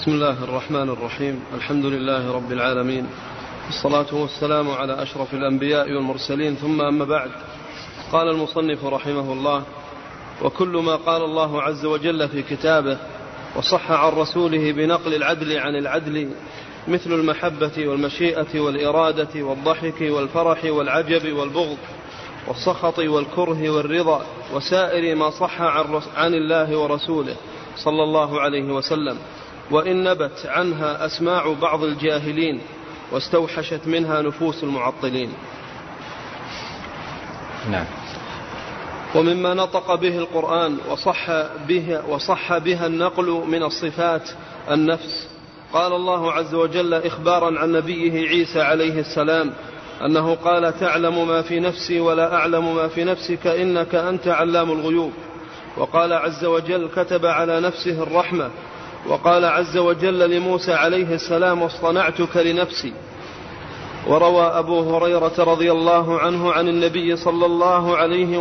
بسم الله الرحمن الرحيم. الحمد لله رب العالمين، والصلاة والسلام على أشرف الأنبياء والمرسلين، ثم أما بعد. قال المصنف رحمه الله: وكل ما قال الله عز وجل في كتابه وصح عن رسوله بنقل العدل عن العدل، مثل المحبة والمشيئة والإرادة والضحك والفرح والعجب والبغض والسخط والكره والرضا، وسائر ما صح عن الله ورسوله صلى الله عليه وسلم، وإن نبت عنها أسماع بعض الجاهلين واستوحشت منها نفوس المعطلين. نعم. ومما نطق به القرآن وصح بها النقل من الصفات النفس. قال الله عز وجل إخبارا عن نبيه عيسى عليه السلام أنه قال: تعلم ما في نفسي ولا أعلم ما في نفسك إنك أنت علام الغيوب. وقال عز وجل: كتب على نفسه الرحمة. وقال عز وجل لموسى عليه السلام: واصطنعتك لنفسي. وروى أبو هريرة رضي الله عنه عن النبي صلى الله عليه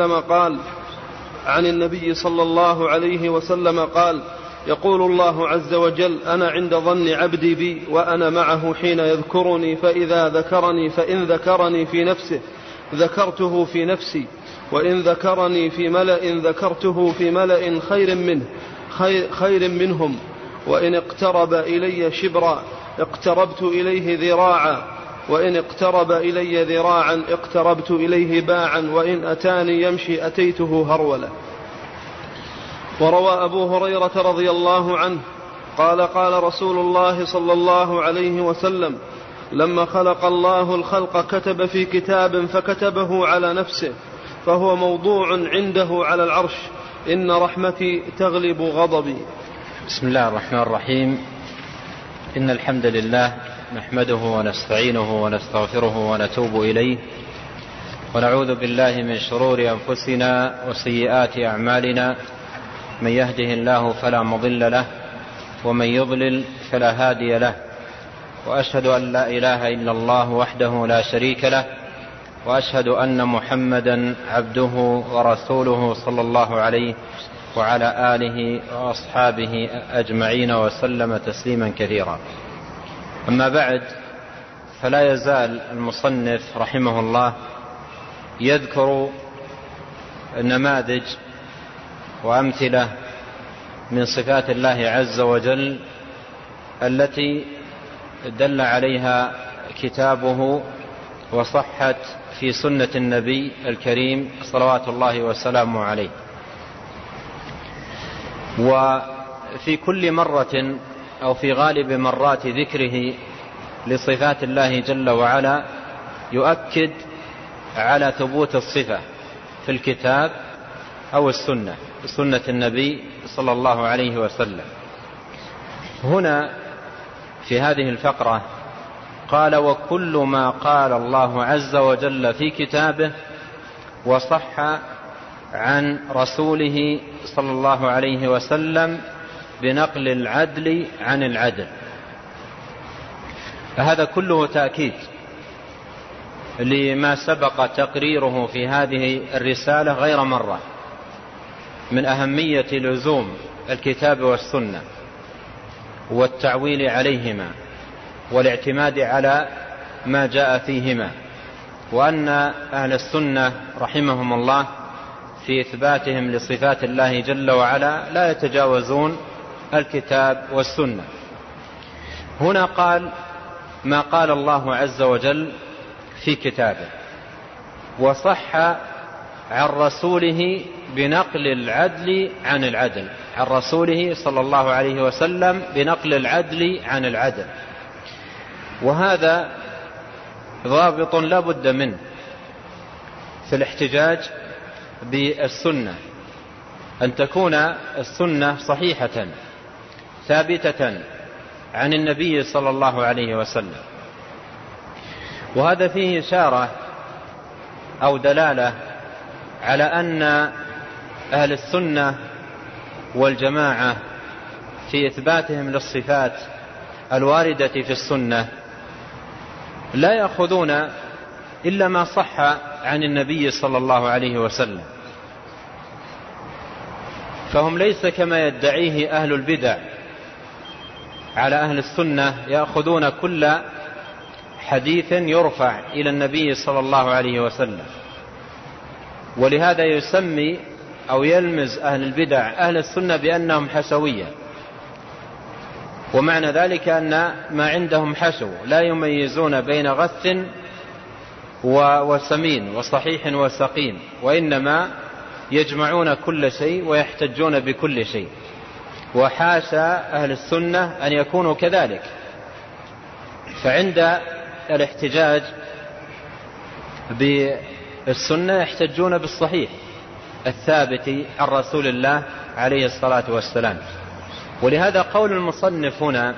وسلم قال: يقول الله عز وجل: أنا عند ظن عبدي بي وأنا معه حين يذكرني، فإذا ذكرني فإن ذكرني في نفسه ذكرته في نفسي، وإن ذكرني في ملأ ذكرته في ملأ خير منهم، وإن اقترب إلي شبرا اقتربت إليه ذراعا، وإن اقترب إلي ذراعا اقتربت إليه باعا، وإن أتاني يمشي أتيته هرولا. وروى أبو هريرة رضي الله عنه قال: قال رسول الله صلى الله عليه وسلم: لما خلق الله الخلق كتب في كتاب فكتبه على نفسه، فهو موضوع عنده على العرش: إن رحمتي تغلب غضبي. بسم الله الرحمن الرحيم. إن الحمد لله نحمده ونستعينه ونستغفره ونتوب إليه، ونعوذ بالله من شرور أنفسنا وسيئات أعمالنا، من يهده الله فلا مضل له، ومن يضلل فلا هادي له، وأشهد أن لا إله إلا الله وحده لا شريك له، وأشهد أن محمدا عبده ورسوله صلى الله عليه وعلى آله وأصحابه أجمعين وسلم تسليما كثيرا. أما بعد، فلا يزال المصنف رحمه الله يذكر نماذج وأمثلة من صفات الله عز وجل التي دل عليها كتابه وصحت في سنة النبي الكريم صلوات الله وسلامه عليه. وفي كل مرة أو في غالب مرات ذكره لصفات الله جل وعلا يؤكد على ثبوت الصفة في الكتاب أو السنة، سنة النبي صلى الله عليه وسلم. هنا في هذه الفقرة قال: وكل ما قال الله عز وجل في كتابه وصح عن رسوله صلى الله عليه وسلم بنقل العدل عن العدل. فهذا كله تأكيد لما سبق تقريره في هذه الرسالة غير مرة من أهمية لزوم الكتاب والسنة والتعويل عليهما والاعتماد على ما جاء فيهما، وأن أهل السنة رحمهم الله في إثباتهم لصفات الله جل وعلا لا يتجاوزون الكتاب والسنة. هنا قال: ما قال الله عز وجل في كتابه وصح عن رسوله بنقل العدل عن العدل، عن رسوله صلى الله عليه وسلم بنقل العدل عن العدل. وهذا ضابط لا بد منه في الاحتجاج بالسنة، أن تكون السنة صحيحة ثابتة عن النبي صلى الله عليه وسلم. وهذا فيه إشارة أو دلالة على أن أهل السنة والجماعة في إثباتهم للصفات الواردة في السنة لا يأخذون إلا ما صح عن النبي صلى الله عليه وسلم، فهم ليس كما يدعيه أهل البدع على أهل السنة يأخذون كل حديث يرفع إلى النبي صلى الله عليه وسلم، ولهذا يسمي أو يلمز أهل البدع أهل السنة بأنهم حشوية، ومعنى ذلك أن ما عندهم حشو، لا يميزون بين غث وسمين وصحيح وسقيم، وإنما يجمعون كل شيء ويحتجون بكل شيء. وحاشا أهل السنة أن يكونوا كذلك، فعند الاحتجاج بالسنة يحتجون بالصحيح الثابت عن رسول الله عليه الصلاة والسلام. ولهذا قول المصنف هنا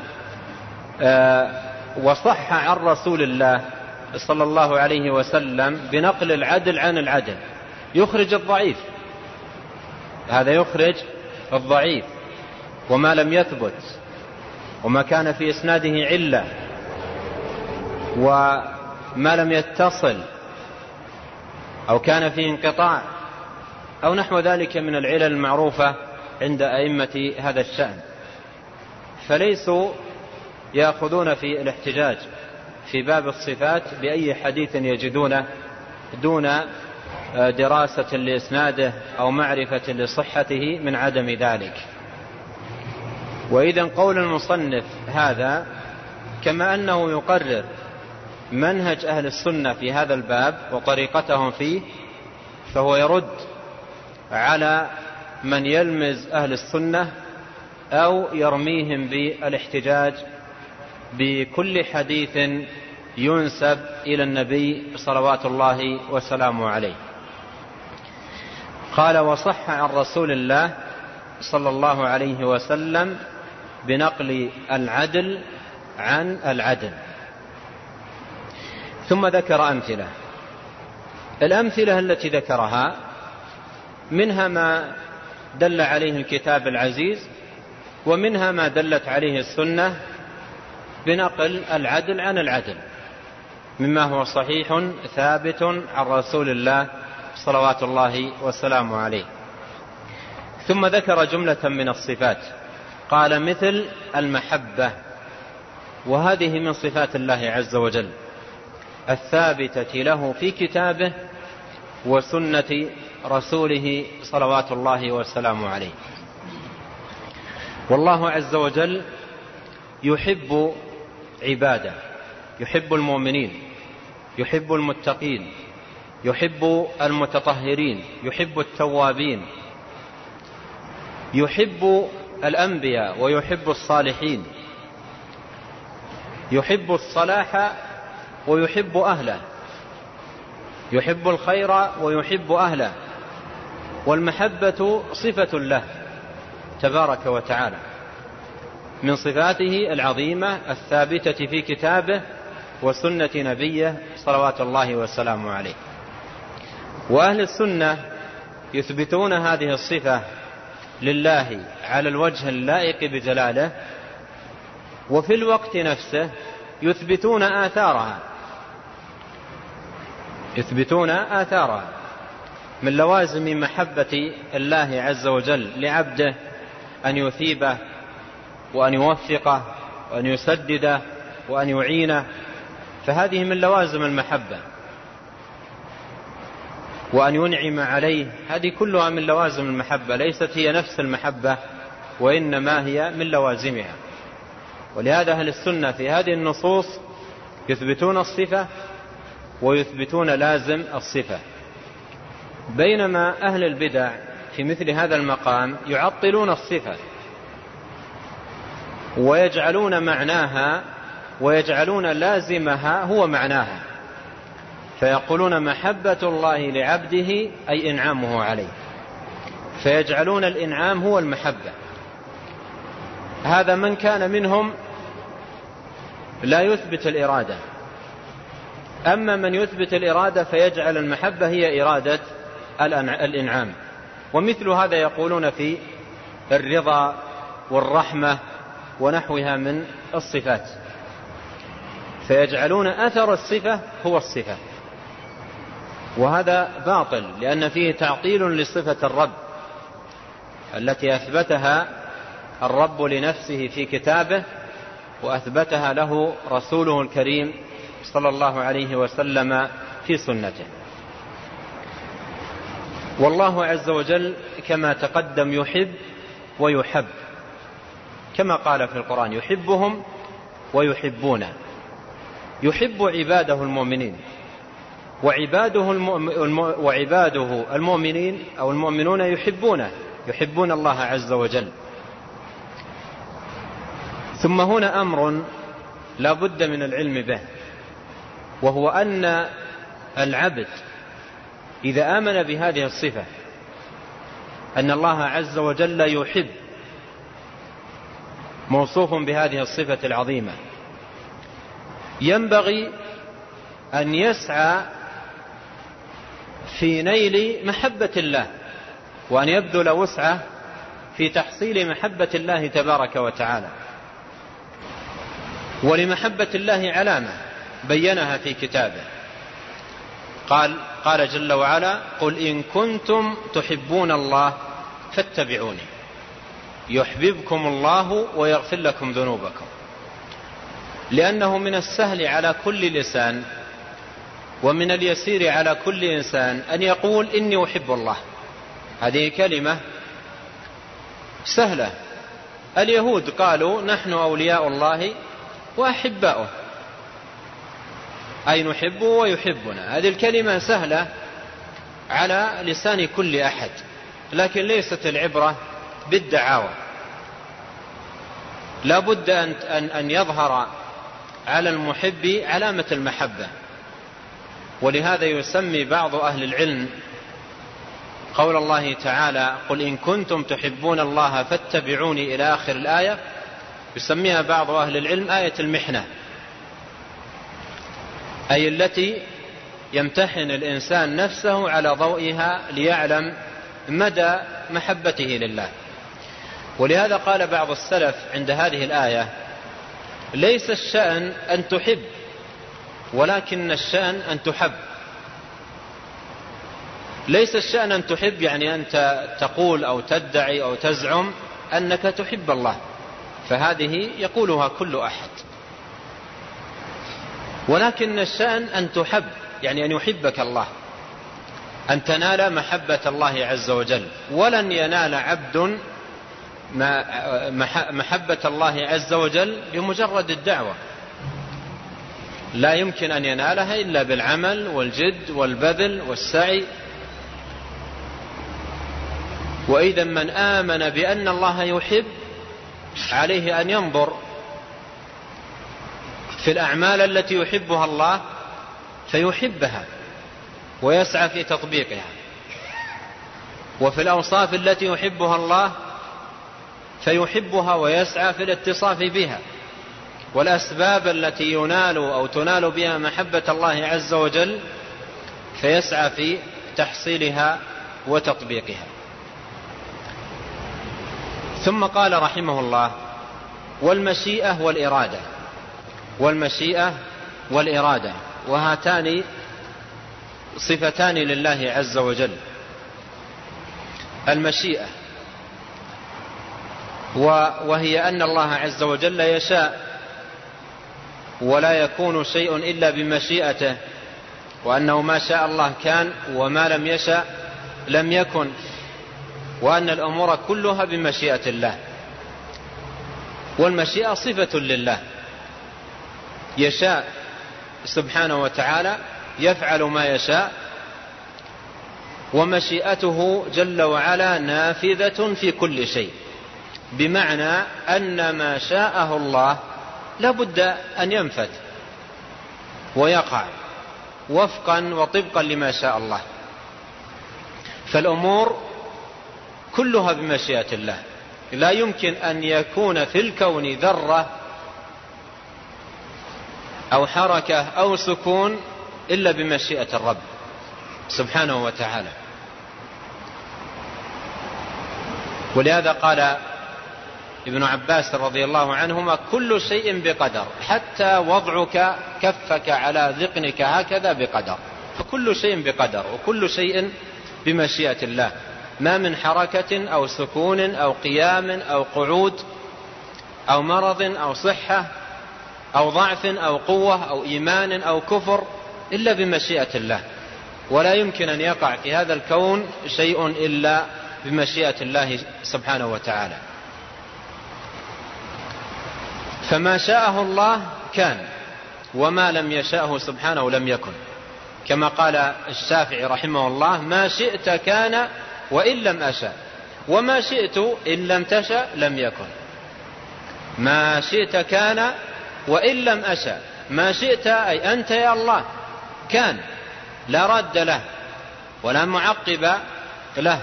وصح عن رسول الله صلى الله عليه وسلم بنقل العدل عن العدل يخرج الضعيف، هذا يخرج الضعيف وما لم يثبت وما كان في إسناده علة وما لم يتصل أو كان فيه انقطاع أو نحو ذلك من العلل المعروفة عند أئمة هذا الشأن. فليسوا يأخذون في الاحتجاج في باب الصفات بأي حديث يجدونه دون دراسة لإسناده أو معرفة لصحته من عدم ذلك. وإذن قول المصنف هذا كما أنه يقرر منهج أهل السنة في هذا الباب وطريقتهم فيه، فهو يرد على من يلمز أهل السنة أو يرميهم بالاحتجاج بكل حديث ينسب إلى النبي صلوات الله وسلامه عليه. قال وصح عن رسول الله صلى الله عليه وسلم بنقل العدل عن العدل. ثم ذكر أمثلة. الأمثلة التي ذكرها منها ما دل عليه الكتاب العزيز، ومنها ما دلت عليه السنة بنقل العدل عن العدل مما هو صحيح ثابت عن رسول الله صلوات الله وسلامه عليه. ثم ذكر جملة من الصفات، قال مثل المحبة، وهذه من صفات الله عز وجل الثابتة له في كتابه وسنة رسوله صلوات الله وسلامه عليه. والله عز وجل يحب عباده، يحب المؤمنين، يحب المتقين، يحب المتطهرين، يحب التوابين، يحب الأنبياء ويحب الصالحين، يحب الصلاح ويحب أهله، يحب الخير ويحب أهله. والمحبة صفة له تبارك وتعالى من صفاته العظيمة الثابتة في كتابه وسنة نبيه صلوات الله وسلامه عليه. وأهل السنة يثبتون هذه الصفة لله على الوجه اللائق بجلاله، وفي الوقت نفسه يثبتون آثارها من لوازم محبة الله عز وجل لعبده أن يثيبه وأن يوفقه وأن يسدده وأن يعينه، فهذه من لوازم المحبة. وأن ينعم عليه، هذه كلها من لوازم المحبة، ليست هي نفس المحبة وإنما هي من لوازمها. ولهذا أهل السنة في هذه النصوص يثبتون الصفة ويثبتون لازم الصفة، بينما أهل البدع في مثل هذا المقام يعطلون الصفة ويجعلون معناها ويجعلون لازمها هو معناها، فيقولون محبة الله لعبده أي إنعامه عليه، فيجعلون الإنعام هو المحبة. هذا من كان منهم لا يثبت الإرادة. أما من يثبت الإرادة فيجعل المحبة هي إرادة الإنعام. ومثل هذا يقولون في الرضا والرحمة ونحوها من الصفات، فيجعلون أثر الصفة هو الصفة، وهذا باطل، لأن فيه تعطيل لصفة الرب التي أثبتها الرب لنفسه في كتابه وأثبتها له رسوله الكريم صلى الله عليه وسلم في سنته. والله عز وجل كما تقدم يحب ويحب، كما قال في القرآن يحبهم ويحبونه، يحب عباده المؤمنين، وعباده المؤمنين أو المؤمنون يحبون الله عز وجل. ثم هنا أمر لا بد من العلم به، وهو أن العبد إذا آمن بهذه الصفة أن الله عز وجل يحب، موصوف بهذه الصفة العظيمة، ينبغي أن يسعى في نيل محبة الله، وأن يبذل وسعه في تحصيل محبة الله تبارك وتعالى. ولمحبة الله علامة بينها في كتابه، قال جل وعلا: قل إن كنتم تحبون الله فاتبعوني يحببكم الله ويغفر لكم ذنوبكم. لأنه من السهل على كل لسان ومن اليسير على كل إنسان أن يقول إني أحب الله. هذه كلمة سهلة. اليهود قالوا نحن أولياء الله وأحباؤه، أي نحبه ويحبنا. هذه الكلمة سهلة على لسان كل أحد، لكن ليست العبرة بالدعاوى. لا بد أن يظهر على المحب علامة المحبة. ولهذا يسمي بعض أهل العلم قول الله تعالى: قل إن كنتم تحبون الله فاتبعوني إلى آخر الآية، يسميها بعض أهل العلم آية المحنة، أي التي يمتحن الإنسان نفسه على ضوئها ليعلم مدى محبته لله. ولهذا قال بعض السلف عند هذه الآية: ليس الشأن أن تحب، ولكن الشأن أن تحب. ليس الشأن أن تحب يعني أنت تقول أو تدعي أو تزعم أنك تحب الله، فهذه يقولها كل أحد. ولكن الشأن أن تحب، يعني أن يحبك الله، أن تنال محبة الله عز وجل. ولن ينال عبد محبة الله عز وجل بمجرد الدعوة، لا يمكن أن ينالها إلا بالعمل والجد والبذل والسعي. وإذا من آمن بأن الله يحب عليه أن ينظر في الأعمال التي يحبها الله فيحبها ويسعى في تطبيقها، وفي الأوصاف التي يحبها الله فيحبها ويسعى في الاتصاف بها، والأسباب التي ينال أو تنال بها محبة الله عز وجل فيسعى في تحصيلها وتطبيقها. ثم قال رحمه الله: والمشيئة والإرادة. والمشيئة والإرادة، وهاتان صفتان لله عز وجل. المشيئة وهي أن الله عز وجل يشاء ولا يكون شيء إلا بمشيئته، وأنه ما شاء الله كان وما لم يشاء لم يكن، وأن الأمور كلها بمشيئة الله. والمشيئة صفة لله، يشاء سبحانه وتعالى، يفعل ما يشاء، ومشيئته جل وعلا نافذة في كل شيء، بمعنى أن ما شاءه الله لابد أن ينفذ ويقع وفقا وطبقا لما شاء الله. فالأمور كلها بمشيئة الله، لا يمكن أن يكون في الكون ذرة أو حركة أو سكون إلا بمشيئة الرب سبحانه وتعالى. ولهذا قال ابن عباس رضي الله عنهما: كل شيء بقدر، حتى وضعك كفك على ذقنك هكذا بقدر. فكل شيء بقدر، وكل شيء بمشيئة الله، ما من حركة أو سكون أو قيام أو قعود أو مرض أو صحة أو ضعف أو قوة أو إيمان أو كفر إلا بمشيئة الله، ولا يمكن أن يقع في هذا الكون شيء إلا بمشيئة الله سبحانه وتعالى. فما شاءه الله كان، وما لم يشاءه سبحانه لم يكن، كما قال الشافعي رحمه الله: ما شئت كان وإن لم أشأ، وما شئت إن لم تشأ لم يكن. ما شئت كان وإن لم أشأ، ما شئت أي أنت يا الله كان، لا رد له ولا معقب له.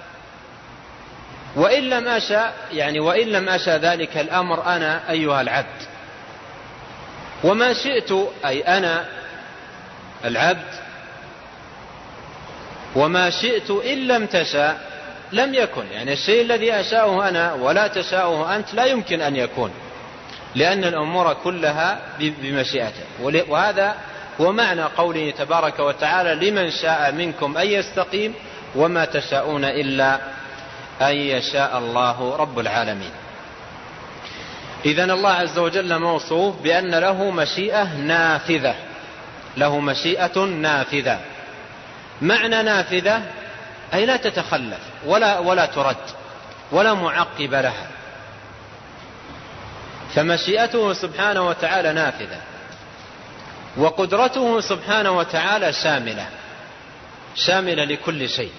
وإن لم أشأ يعني وإن لم أشأ ذلك الأمر أنا أيها العبد. وما شئت أي أنا العبد، وما شئت إن لم تشأ لم يكن، يعني الشيء الذي أشاءه أنا ولا تشاءه أنت لا يمكن أن يكون، لأن الأمور كلها بمشيئته. وهذا هو معنى قوله تبارك وتعالى: لمن شاء منكم أن يستقيم وما تشاءون إلا أن يشاء الله رب العالمين. إذن الله عز وجل موصوف بأن له مشيئة نافذة، له مشيئة نافذة. معنى نافذة أي لا تتخلف ولا ترد ولا معقب لها. فمشيئته سبحانه وتعالى نافذة، وقدرته سبحانه وتعالى شاملة لكل شيء.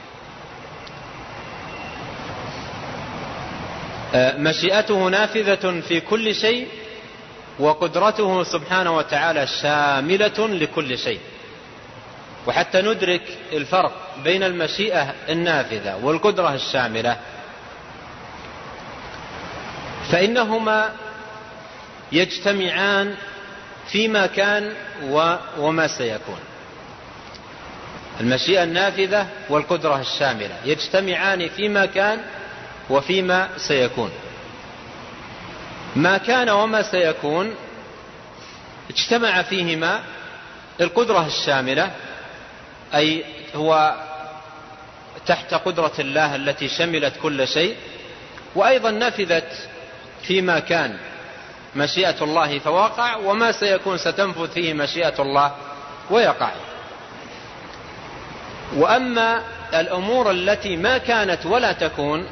مشيئته نافذة في كل شيء، وقدرته سبحانه وتعالى شاملة لكل شيء. وحتى ندرك الفرق بين المشيئة النافذة والقدرة الشاملة، فإنهما يجتمعان فيما كان وما سيكون. المشيئة النافذة والقدرة الشاملة يجتمعان فيما كان وفيما سيكون. ما كان وما سيكون اجتمع فيهما القدرة الشاملة، أي هو تحت قدرة الله التي شملت كل شيء، وأيضا نفذت فيما كان مشيئة الله فوقع، وما سيكون ستنفذ فيه مشيئة الله ويقع. وأما الأمور التي ما كانت ولا تكون،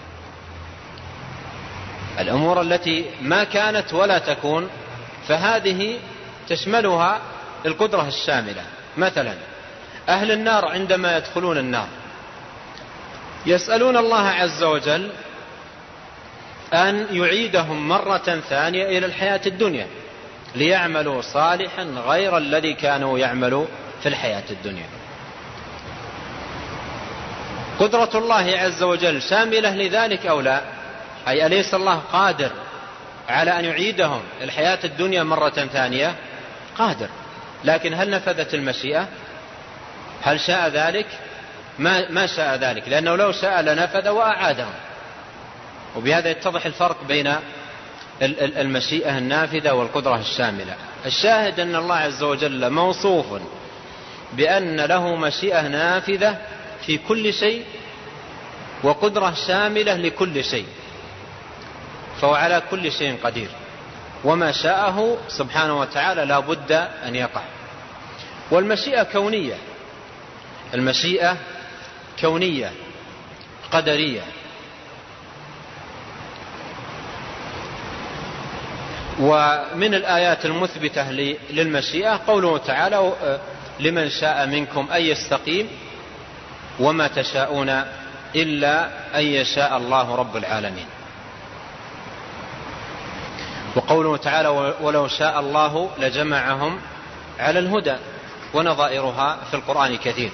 الأمور التي ما كانت ولا تكون فهذه تشملها القدرة الشاملة. مثلا أهل النار عندما يدخلون النار يسألون الله عز وجل أن يعيدهم مرة ثانية إلى الحياة الدنيا ليعملوا صالحا غير الذي كانوا يعملوا في الحياة الدنيا. قدرة الله عز وجل شاملة لذلك أو لا؟ أي أليس الله قادر على أن يعيدهم الحياة الدنيا مرة ثانية؟ قادر، لكن هل نفذت المشيئة؟ هل شاء ذلك؟ ما شاء ذلك، لأنه لو شاء لنفذ وأعادهم. وبهذا يتضح الفرق بين المشيئة النافذة والقدرة الشاملة. الشاهد أن الله عز وجل موصوف بأن له مشيئة نافذة في كل شيء وقدرة شاملة لكل شيء، فهو على كل شيء قدير، وما شاءه سبحانه وتعالى لا بد أن يقع. والمشيئة كونية، المشيئة كونية قدرية. ومن الآيات المثبتة للمشيئة قوله تعالى: لمن شاء منكم أن يستقيم وما تشاءون إلا أن يشاء الله رب العالمين. وقوله تعالى: ولو شاء الله لجمعهم على الهدى، ونظائرها في القرآن كثير.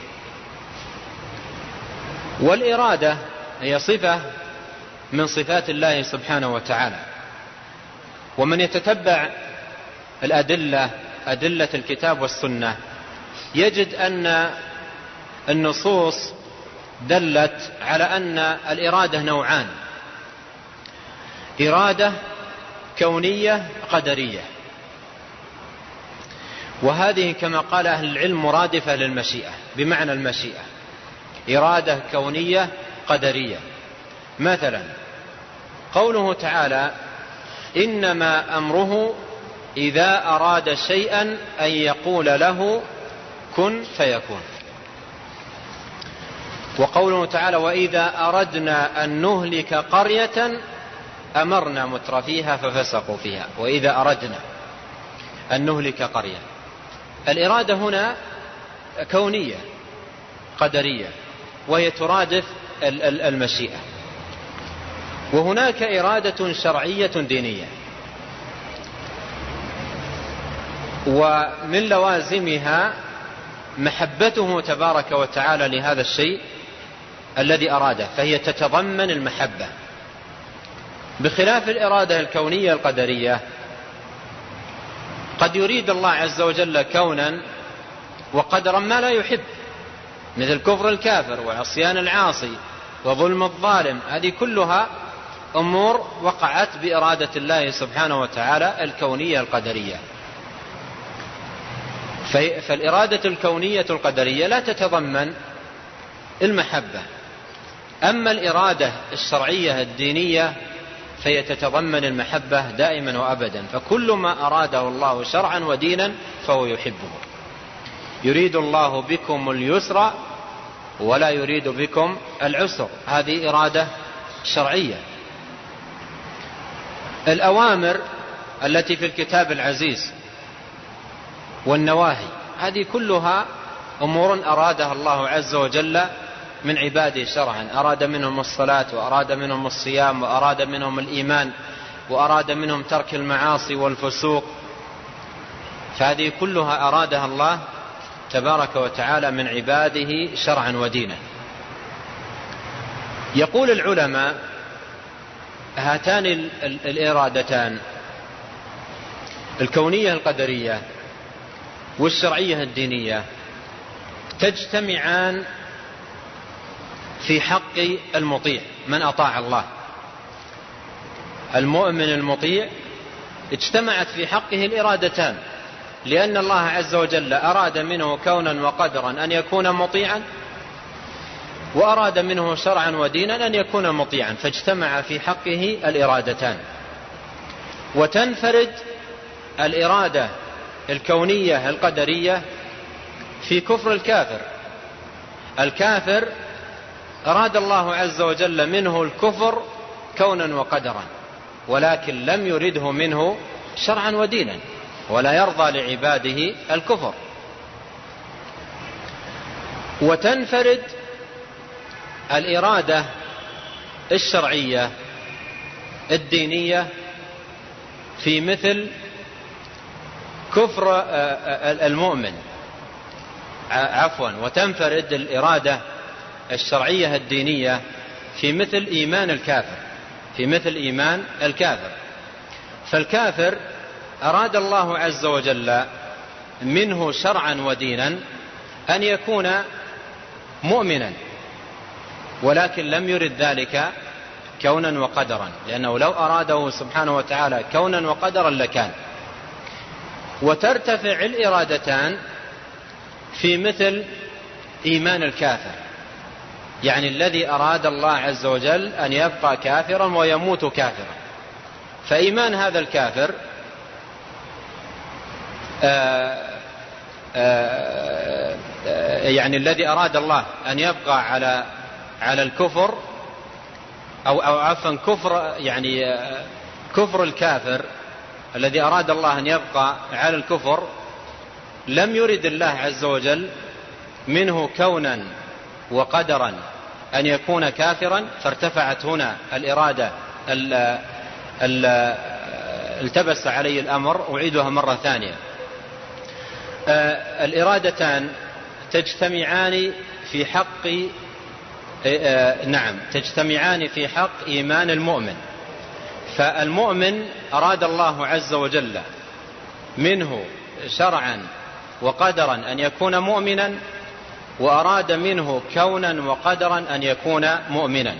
والإرادة هي صفة من صفات الله سبحانه وتعالى. ومن يتتبع أدلة الكتاب والسنة يجد أن النصوص دلت على أن الإرادة نوعان: إرادة كونية قدرية، وهذه كما قال أهل العلم مرادفة للمشيئة، بمعنى المشيئة إرادة كونية قدرية. مثلا قوله تعالى: إنما أمره إذا أراد شيئا أن يقول له كن فيكون. وقوله تعالى وإذا أردنا أن نهلك قرية أمرنا مترفيها ففسقوا فيها. وإذا أردنا أن نهلك قرية، الإرادة هنا كونية قدرية وهي ترادف المشيئة. وهناك إرادة شرعية دينية، ومن لوازمها محبته تبارك وتعالى لهذا الشيء الذي أراده، فهي تتضمن المحبة، بخلاف الإرادة الكونية القدرية. قد يريد الله عز وجل كونا وقدرا ما لا يحب، مثل كفر الكافر وعصيان العاصي وظلم الظالم، هذه كلها أمور وقعت بإرادة الله سبحانه وتعالى الكونية القدرية. فالإرادة الكونية القدرية لا تتضمن المحبة. أما الإرادة الشرعية الدينية فهي تتضمن المحبة دائما وأبدا. فكل ما أراده الله شرعا ودينا فهو يحبه. يريد الله بكم اليسر ولا يريد بكم العسر، هذه إرادة شرعية. الأوامر التي في الكتاب العزيز والنواهي هذه كلها أمور أرادها الله عز وجل من عباده شرعا. أراد منهم الصلاة، وأراد منهم الصيام، وأراد منهم الإيمان، وأراد منهم ترك المعاصي والفسوق. فهذه كلها أرادها الله تبارك وتعالى من عباده شرعا ودينا. يقول العلماء هاتان الإرادتان الكونية القدرية والشرعية الدينية تجتمعان في حق المطيع من أطاع الله. المؤمن المطيع اجتمعت في حقه الإرادتان، لأن الله عز وجل أراد منه كونا وقدرا أن يكون مطيعا، وأراد منه شرعا ودينا أن يكون مطيعا، فاجتمع في حقه الإرادتان. وتنفرد الإرادة الكونية القدرية في كفر الكافر. الكافر أراد الله عز وجل منه الكفر كونا وقدرا، ولكن لم يرده منه شرعا ودينا، ولا يرضى لعباده الكفر. وتنفرد الإرادة الشرعية الدينية في مثل كفر المؤمن، وتنفرد الإرادة الشرعية الدينية في مثل إيمان الكافر، في مثل إيمان الكافر. فالكافر أراد الله عز وجل منه شرعا ودينا أن يكون مؤمنا، ولكن لم يرد ذلك كونا وقدرا، لأنه لو أراده سبحانه وتعالى كونا وقدرا لكان. وترتفع الإرادتان في مثل إيمان الكافر، يعني الذي أراد الله عز وجل أن يبقى كافرا ويموت كافرا. فإيمان هذا الكافر يعني الذي أراد الله أن يبقى على الكفر أو عفوا كفر، يعني كفر الكافر الذي أراد الله أن يبقى على الكفر، لم يرد الله عز وجل منه كونا وقدرا أن يكون كافرا، فارتفعت هنا الإرادة التبس عليه الأمر. أعيدها مرة ثانية. الإرادتان تجتمعان في حق تجتمعان في حق إيمان المؤمن. فالمؤمن أراد الله عز وجل منه شرعا وقدرا أن يكون مؤمنا، وأراد منه كونا وقدرا أن يكون مؤمنا.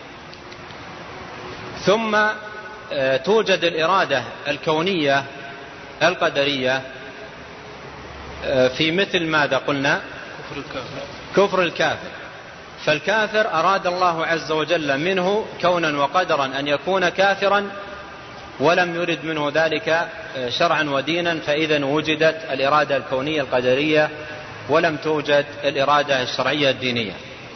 ثم توجد الإرادة الكونية القدرية في مثل ماذا قلنا؟ كفر الكافر. فالكافر أراد الله عز وجل منه كونا وقدرا أن يكون كافرا، ولم يرد منه ذلك شرعا ودينا فإذا وجدت الإرادة الكونية القدرية ولم توجد الإرادة الشرعية الدينية.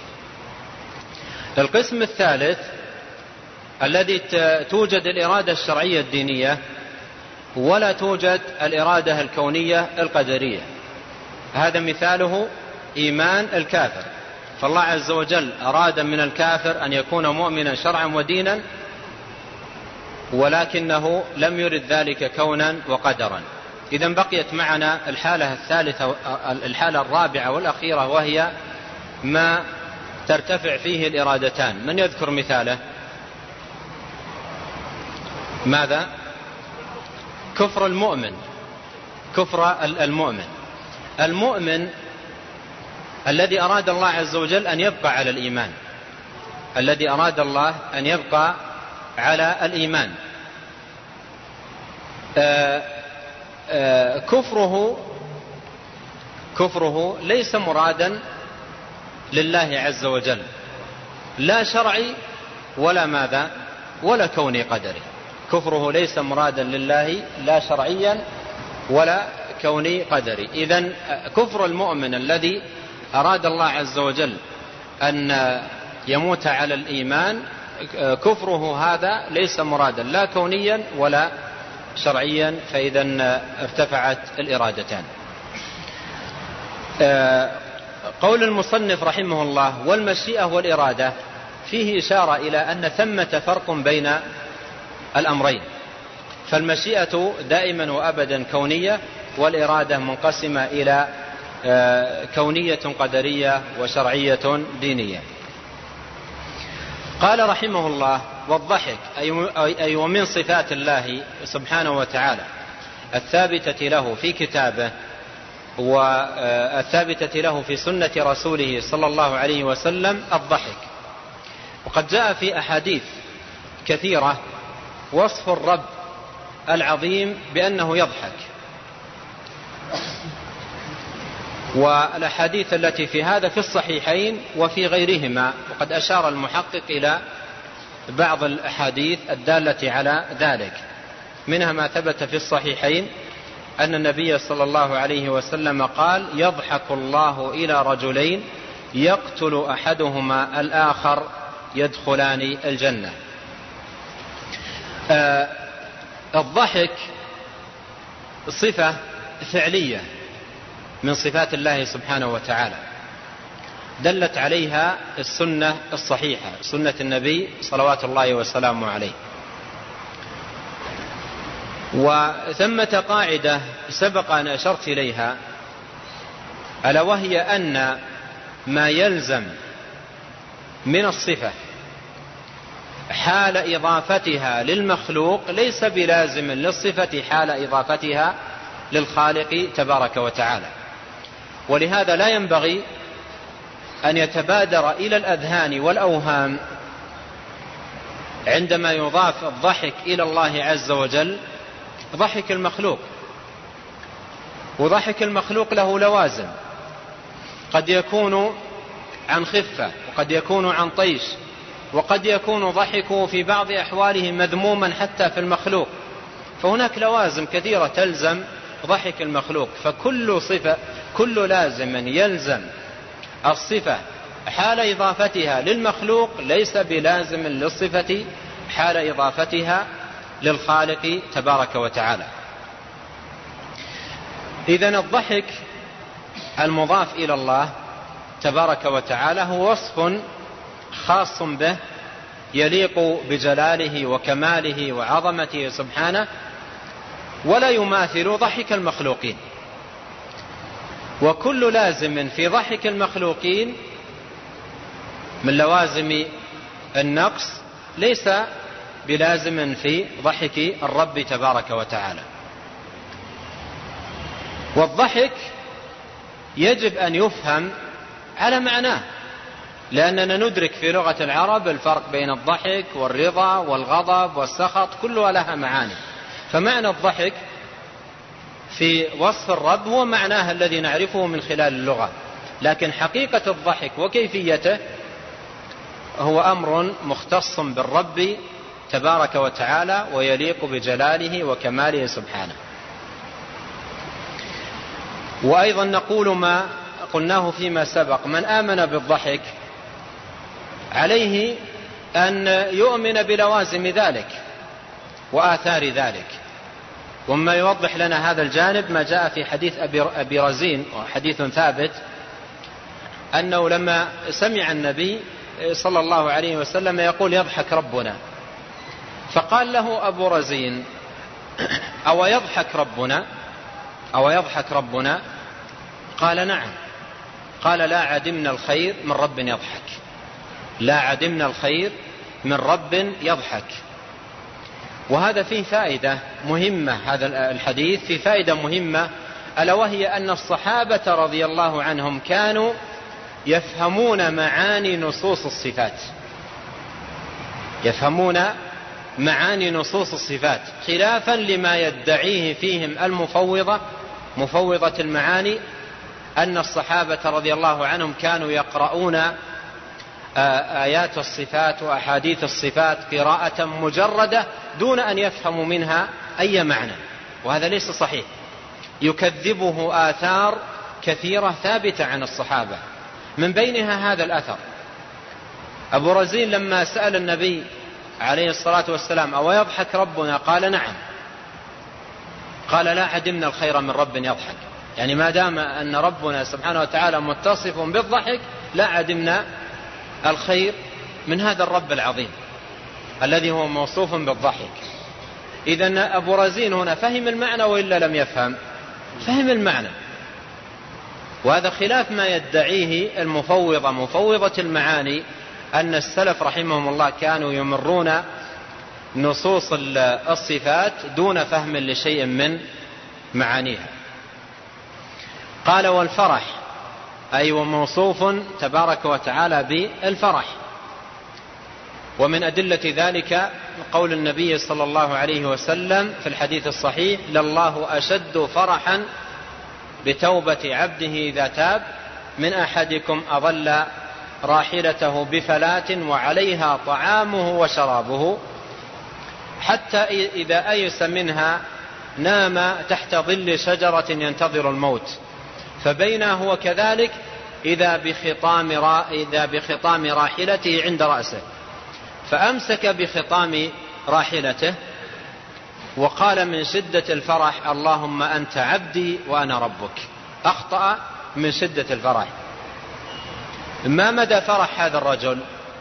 القسم الثالث الذي توجد الإرادة الشرعية الدينية ولا توجد الإرادة الكونية القدرية، هذا مثاله إيمان الكافر، فالله عز وجل أراد من الكافر أن يكون مؤمنا شرعا ودينا ولكنه لم يرد ذلك كونا وقدرا. إذن بقيت معنا الحالة الثالثة، الحالة الرابعة والأخيرة، وهي ما ترتفع فيه الإرادتان. من يذكر مثاله؟ ماذا؟ كفر المؤمن. كفر المؤمن، المؤمن الذي أراد الله عز وجل أن يبقى على الإيمان، الذي أراد الله أن يبقى على الإيمان، كفره ليس مرادا لله عز وجل، لا شرعي ولا ماذا ولا كوني قدري. كفره ليس مرادا لله لا شرعيا ولا كوني قدري. إذن كفر المؤمن الذي أراد الله عز وجل أن يموت على الإيمان، كفره هذا ليس مرادا لا كونيا ولا شرعيا، فإذا ارتفعت الإرادتان. قول المصنف رحمه الله والمشيئة والإرادة فيه إشارة إلى أن ثمة فرق بين الأمرين، فالمشيئة دائما وأبدا كونية، والإرادة منقسمة إلى كونية قدرية وشرعية دينية. قال رحمه الله والضحك أي ومن صفات الله سبحانه وتعالى الثابتة له في كتابه والثابتة له في سنة رسوله صلى الله عليه وسلم الضحك. وقد جاء في أحاديث كثيرة وصف الرب العظيم بأنه يضحك، والأحاديث التي في هذا في الصحيحين وفي غيرهما، وقد أشار المحقق إلى بعض الأحاديث الدالة على ذلك. منها ما ثبت في الصحيحين أن النبي صلى الله عليه وسلم قال يضحك الله إلى رجلين يقتل أحدهما الآخر يدخلان الجنة. الضحك صفة فعلية من صفات الله سبحانه وتعالى دلت عليها السنة الصحيحة، سنة النبي صلوات الله وسلامه عليه. وثمة قاعدة سبق أن أشرت إليها، ألا وهي أن ما يلزم من الصفة حال إضافتها للمخلوق ليس بلازم للصفة حال إضافتها للخالق تبارك وتعالى. ولهذا لا ينبغي أن يتبادر إلى الأذهان والأوهام عندما يضاف الضحك إلى الله عز وجل ضحك المخلوق. وضحك المخلوق له لوازم، قد يكون عن خفة، وقد يكون عن طيش، وقد يكون ضحكه في بعض أحواله مذموما حتى في المخلوق. فهناك لوازم كثيرة تلزم ضحك المخلوق، فكل صفة كل لازم يلزم الصفة حال إضافتها للمخلوق ليس بلازم للصفة حال إضافتها للخالق تبارك وتعالى. إذن الضحك المضاف إلى الله تبارك وتعالى هو وصف خاص به يليق بجلاله وكماله وعظمته سبحانه، ولا يماثل ضحك المخلوقين. وكل لازم في ضحك المخلوقين من لوازم النقص ليس بلازم في ضحك الرب تبارك وتعالى. والضحك يجب أن يفهم على معناه، لأننا ندرك في لغة العرب الفرق بين الضحك والرضا والغضب والسخط، كلها لها معاني. فمعنى الضحك في وصف الرب هو معناه الذي نعرفه من خلال اللغة، لكن حقيقة الضحك وكيفيته هو أمر مختص بالرب تبارك وتعالى ويليق بجلاله وكماله سبحانه. وأيضا نقول ما قلناه فيما سبق: من آمن بالضحك عليه أن يؤمن بلوازم ذلك وآثار ذلك. وما يوضح لنا هذا الجانب ما جاء في حديث أبي رزين، وحديث ثابت، أنه لما سمع النبي صلى الله عليه وسلم يقول: يضحك ربنا، فقال له أبو رزين: أو يضحك ربنا؟ قال: نعم. قال: لا عدمنا الخير من رب يضحك، لا عدمنا الخير من رب يضحك. وهذا فيه فائدة مهمة، هذا الحديث فيه فائدة مهمة، ألا وهي أن الصحابة رضي الله عنهم كانوا يفهمون معاني نصوص الصفات، يفهمون معاني نصوص الصفات، خلافا لما يدعيه فيهم مفوضة المعاني، أن الصحابة رضي الله عنهم كانوا يقرؤون آيات الصفات وأحاديث الصفات قراءة مجردة دون أن يفهموا منها أي معنى، وهذا ليس صحيح، يكذبه آثار كثيرة ثابتة عن الصحابة، من بينها هذا الأثر. أبو رزين لما سأل النبي عليه الصلاة والسلام: أو يضحك ربنا؟ قال: نعم. قال: لا عدمنا الخير من رب يضحك، يعني ما دام أن ربنا سبحانه وتعالى متصف بالضحك لا عدمنا الخير من هذا الرب العظيم الذي هو موصوف بالضحك. إذن أبو رزين هنا فهم المعنى وإلا لم يفهم؟ فهم المعنى. وهذا خلاف ما يدعيه مفوضة المعاني، أن السلف رحمهم الله كانوا يمرون نصوص الصفات دون فهم لشيء من معانيها. قال: والفرح، أي وموصوف تبارك وتعالى بالفرح. ومن أدلة ذلك قول النبي صلى الله عليه وسلم في الحديث الصحيح: لله أشد فرحا بتوبة عبده إذا تاب من أحدكم أظل راحلته بفلاة وعليها طعامه وشرابه حتى إذا أيس منها نام تحت ظل شجرة ينتظر الموت، فبينا هو كذلك إذا بخطام راحلته عند رأسه، فأمسك بخطام راحلته وقال من شدة الفرح: اللهم أنت عبدي وأنا ربك. أخطأ من شدة الفرح. ما مدى فرح هذا الرجل؟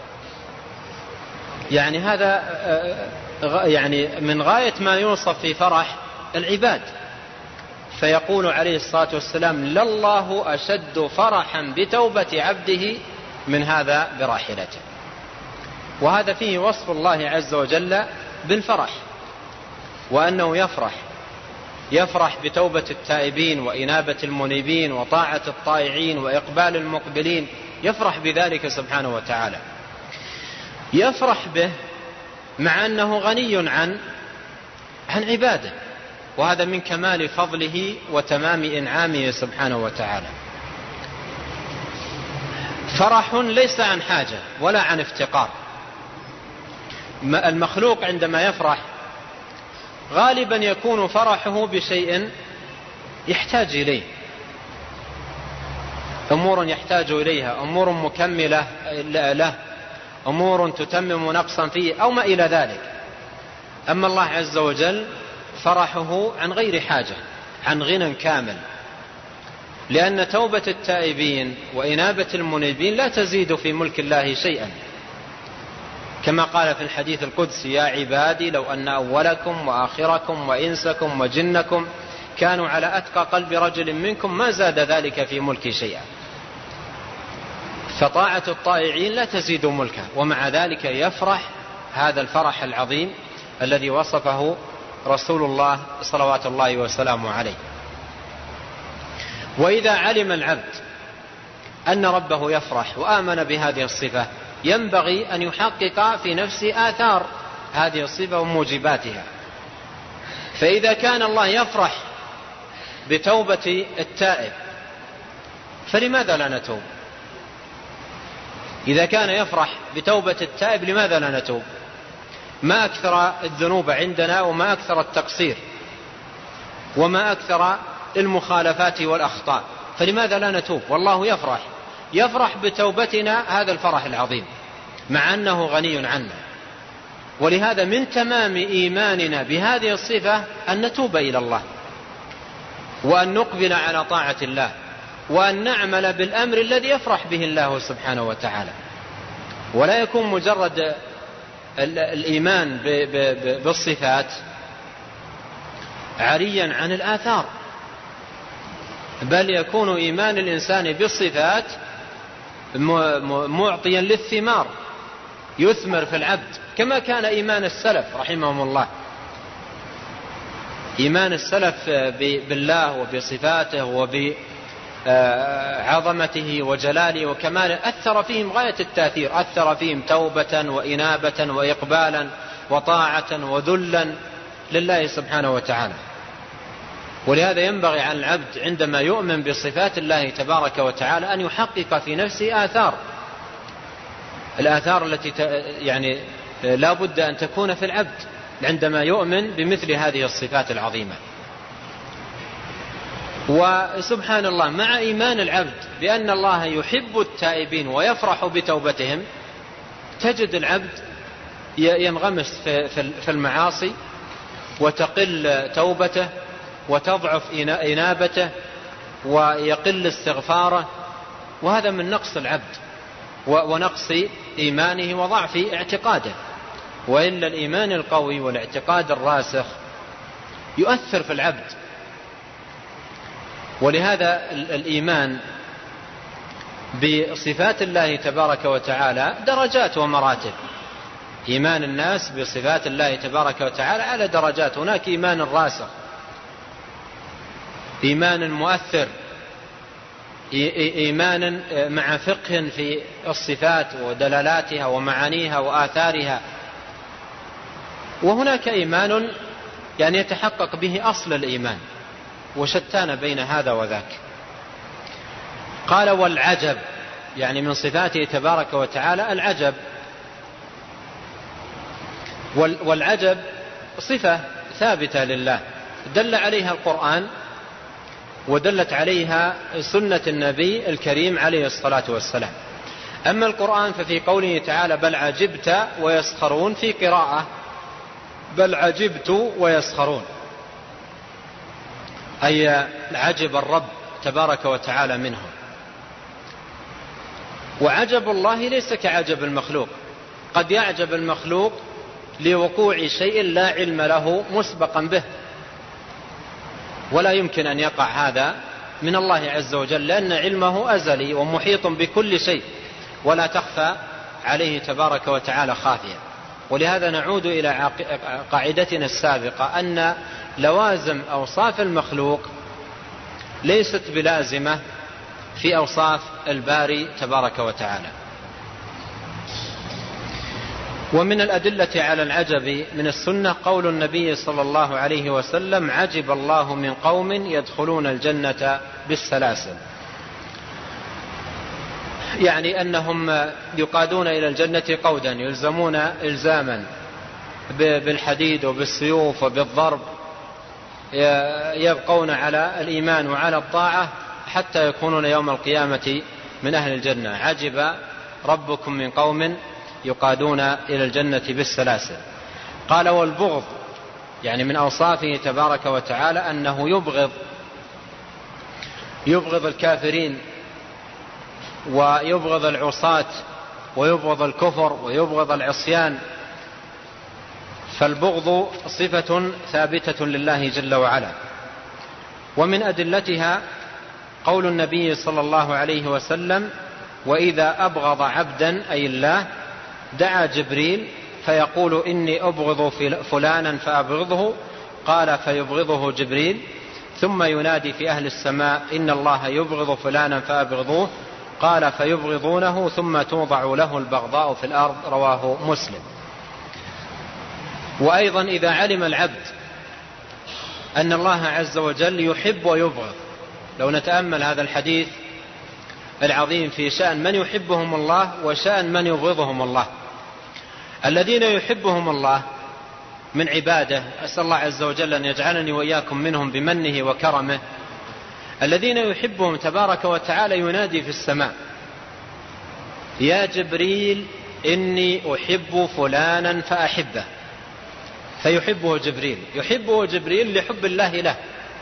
يعني هذا يعني من غاية ما يوصف في فرح العباد. فيقول عليه الصلاة والسلام: لله أشد فرحا بتوبة عبده من هذا براحلته. وهذا فيه وصف الله عز وجل بالفرح، وأنه يفرح بتوبة التائبين وإنابة المنيبين وطاعة الطائعين وإقبال المقبلين، يفرح بذلك سبحانه وتعالى، يفرح به مع أنه غني عن عباده، وهذا من كمال فضله وتمام إنعامه سبحانه وتعالى. فرح ليس عن حاجة ولا عن افتقار. المخلوق عندما يفرح غالبا يكون فرحه بشيء يحتاج إليه، أمور يحتاج إليها، أمور مكملة له، أمور تتمم نقصا فيه أو ما إلى ذلك. أما الله عز وجل فرحه عن غير حاجة، عن غنى كامل، لأن توبة التائبين وإنابة المنيبين لا تزيد في ملك الله شيئا، كما قال في الحديث القدسي: يا عبادي لو أن أولكم وآخركم وإنسكم وجنكم كانوا على أتقى قلب رجل منكم ما زاد ذلك في ملكي شيئا. فطاعة الطائعين لا تزيد ملكه، ومع ذلك يفرح هذا الفرح العظيم الذي وصفه رسول الله صلوات الله وسلامه عليه. وإذا علم العبد أن ربه يفرح وآمن بهذه الصفة ينبغي أن يحقق في نفسه آثار هذه الصفة وموجباتها. فإذا كان الله يفرح بتوبة التائب فلماذا لا نتوب؟ إذا كان يفرح بتوبة التائب لماذا لا نتوب؟ ما أكثر الذنوب عندنا، وما أكثر التقصير، وما أكثر للمخالفات والأخطاء، فلماذا لا نتوب؟ والله يفرح بتوبتنا هذا الفرح العظيم مع أنه غني عنا. ولهذا من تمام إيماننا بهذه الصفة أن نتوب إلى الله، وأن نقبل على طاعة الله، وأن نعمل بالأمر الذي يفرح به الله سبحانه وتعالى. ولا يكون مجرد الإيمان بالصفات عريا عن الآثار، بل يكون إيمان الإنسان بالصفات معطيا للثمار، يثمر في العبد، كما كان إيمان السلف رحمهم الله. إيمان السلف بالله وبصفاته وبعظمته وجلاله وكماله أثر فيهم غاية التأثير، أثر فيهم توبة وإنابة وإقبالا وطاعة وذلا لله سبحانه وتعالى. ولهذا ينبغي على العبد عندما يؤمن بصفات الله تبارك وتعالى أن يحقق في نفسه الآثار التي يعني لا بد أن تكون في العبد عندما يؤمن بمثل هذه الصفات العظيمة. وسبحان الله، مع إيمان العبد بأن الله يحب التائبين ويفرح بتوبتهم، تجد العبد ينغمس في المعاصي وتقل توبته وتضعف إنابته ويقل استغفاره، وهذا من نقص العبد ونقص إيمانه وضعف اعتقاده. وإلا الإيمان القوي والاعتقاد الراسخ يؤثر في العبد. ولهذا الإيمان بصفات الله تبارك وتعالى درجات ومراتب. إيمان الناس بصفات الله تبارك وتعالى على درجات. هناك إيمان راسخ، إيمان مؤثر، إيمان مع فقه في الصفات ودلالاتها ومعانيها وآثارها. وهناك إيمان يعني يتحقق به أصل الإيمان، وشتان بين هذا وذاك. قال والعجب، يعني من صفاته تبارك وتعالى العجب. والعجب صفة ثابتة لله دل عليها القرآن ودلت عليها سنة النبي الكريم عليه الصلاة والسلام. أما القرآن ففي قوله تعالى بل عجبت ويسخرون، في قراءة بل عجبت ويسخرون، أي عجب الرب تبارك وتعالى منهم. وعجب الله ليس كعجب المخلوق، قد يعجب المخلوق لوقوع شيء لا علم له مسبقا به، ولا يمكن أن يقع هذا من الله عز وجل، لأن علمه أزلي ومحيط بكل شيء ولا تخفى عليه تبارك وتعالى خافية. ولهذا نعود إلى قاعدتنا السابقة أن لوازم أوصاف المخلوق ليست بلازمة في أوصاف الباري تبارك وتعالى. ومن الأدلة على العجب من السنة قول النبي صلى الله عليه وسلم عجب الله من قوم يدخلون الجنة بالسلاسل، يعني أنهم يقادون إلى الجنة قودا، يلزمون إلزاما بالحديد وبالسيوف وبالضرب، يبقون على الإيمان وعلى الطاعة حتى يكونون يوم القيامة من أهل الجنة. عجب ربكم من قوم يقادون إلى الجنة بالسلاسل. قال والبغض، يعني من أوصافه تبارك وتعالى أنه يبغض الكافرين ويبغض العصاة ويبغض الكفر ويبغض العصيان. فالبغض صفة ثابتة لله جل وعلا. ومن أدلتها قول النبي صلى الله عليه وسلم وإذا أبغض عبدا أي الله دعا جبريل فيقول إني أبغض فلانا فأبغضه، قال فيبغضه جبريل، ثم ينادي في أهل السماء إن الله يبغض فلانا فأبغضوه، قال فيبغضونه ثم توضع له البغضاء في الأرض، رواه مسلم. وأيضا إذا علم العبد أن الله عز وجل يحب ويبغض، لو نتأمل هذا الحديث العظيم في شأن من يحبهم الله وشأن من يبغضهم الله. الذين يحبهم الله من عباده، أسأل الله عز وجل أن يجعلني وإياكم منهم بمنه وكرمه، الذين يحبهم تبارك وتعالى ينادي في السماء: يا جبريل إني أحب فلانا فأحبه، فيحبه جبريل، يحبه جبريل لحب الله له.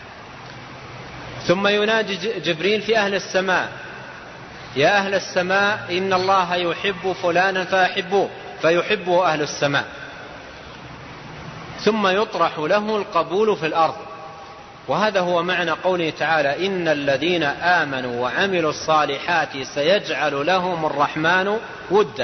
ثم ينادي جبريل في أهل السماء: يا أهل السماء إن الله يحب فلانا فأحبوه، فيحبه أهل السماء. ثم يطرح له القبول في الأرض. وهذا هو معنى قوله تعالى: إن الذين آمنوا وعملوا الصالحات سيجعل لهم الرحمن ودا.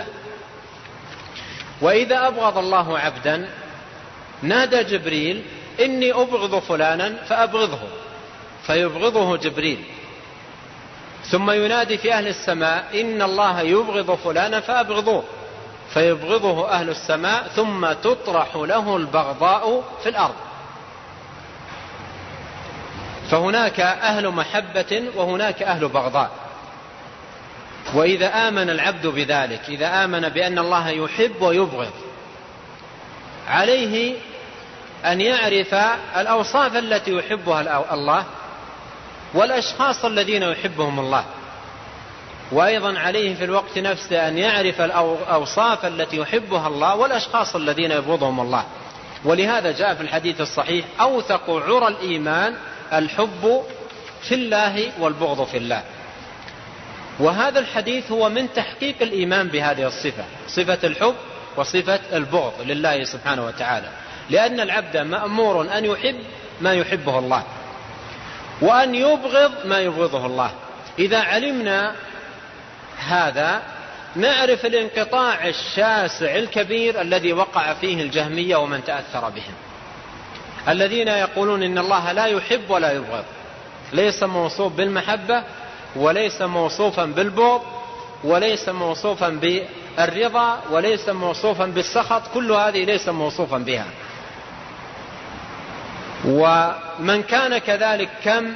وإذا أبغض الله عبدا نادى جبريل: إني أبغض فلانا فأبغضه، فيبغضه جبريل. ثم ينادي في أهل السماء: إن الله يبغض فلانا فأبغضوه، فيبغضه أهل السماء. ثم تطرح له البغضاء في الأرض. فهناك أهل محبة وهناك أهل بغضاء. وإذا آمن العبد بذلك، إذا آمن بأن الله يحب ويبغض، عليه أن يعرف الأوصاف التي يحبها الله والأشخاص الذين يحبهم الله. وأيضا عليه في الوقت نفسه أن يعرف الأوصاف التي يحبها الله والأشخاص الذين يبغضهم الله. ولهذا جاء في الحديث الصحيح: أوثق عرى الإيمان الحب في الله والبغض في الله. وهذا الحديث هو من تحقيق الإيمان بهذه الصفة، صفة الحب وصفة البغض لله سبحانه وتعالى. لأن العبد مأمور أن يحب ما يحبه الله وأن يبغض ما يبغضه الله. إذا علمنا هذا نعرف الانقطاع الشاسع الكبير الذي وقع فيه الجهمية ومن تأثر بهم، الذين يقولون إن الله لا يحب ولا يبغض، ليس موصوف بالمحبة وليس موصوفا بالبغض وليس موصوفا بالرضا وليس موصوفا بالسخط، كل هذه ليس موصوفا بها. ومن كان كذلك كم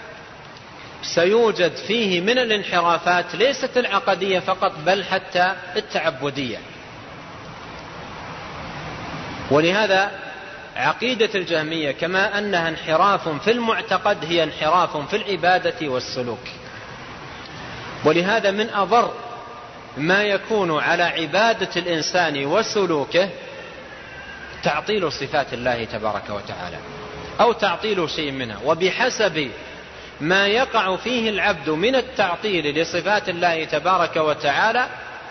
سيوجد فيه من الانحرافات، ليست العقدية فقط بل حتى التعبدية. ولهذا عقيدة الجهمية كما أنها انحراف في المعتقد هي انحراف في العبادة والسلوك. ولهذا من أضر ما يكون على عبادة الإنسان وسلوكه تعطيل صفات الله تبارك وتعالى أو تعطيل شيء منها. وبحسب ما يقع فيه العبد من التعطيل لصفات الله تبارك وتعالى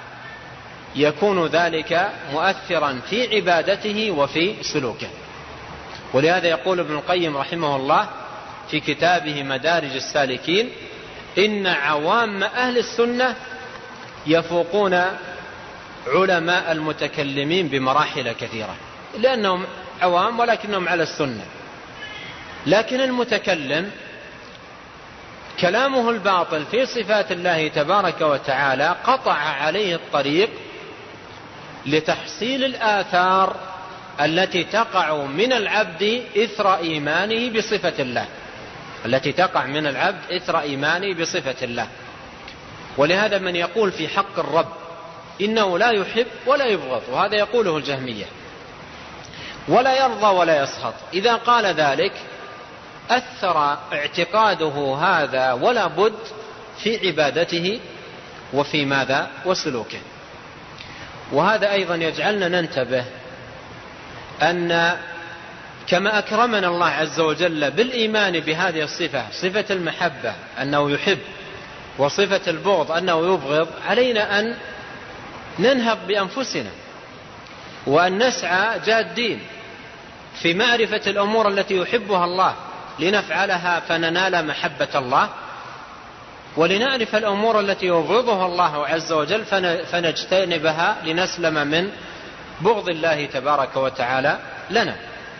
يكون ذلك مؤثرا في عبادته وفي سلوكه. ولهذا يقول ابن القيم رحمه الله في كتابه مدارج السالكين: إن عوام أهل السنة يفوقون علماء المتكلمين بمراحل كثيرة، لأنهم عوام ولكنهم على السنة. لكن المتكلم كلامه الباطل في صفات الله تبارك وتعالى قطع عليه الطريق لتحصيل الآثار التي تقع من العبد إثر إيمانه بصفة الله، التي تقع من العبد إثر إيمانه بصفة الله. ولهذا من يقول في حق الرب إنه لا يحب ولا يبغض، وهذا يقوله الجهمية، ولا يرضى ولا يسخط، إذا قال ذلك أثر اعتقاده هذا ولا بد في عبادته وفي ماذا وسلوكه. وهذا أيضا يجعلنا ننتبه أن كما أكرمنا الله عز وجل بالإيمان بهذه الصفة، صفة المحبة أنه يحب وصفة البغض أنه يبغض، علينا أن ننهض بأنفسنا وأن نسعى جادين في معرفة الأمور التي يحبها الله لنفعلها فننال محبة الله، ولنعرف الأمور التي يبغضها الله عز وجل فنجتنبها لنسلم من بغض الله تبارك وتعالى لنا.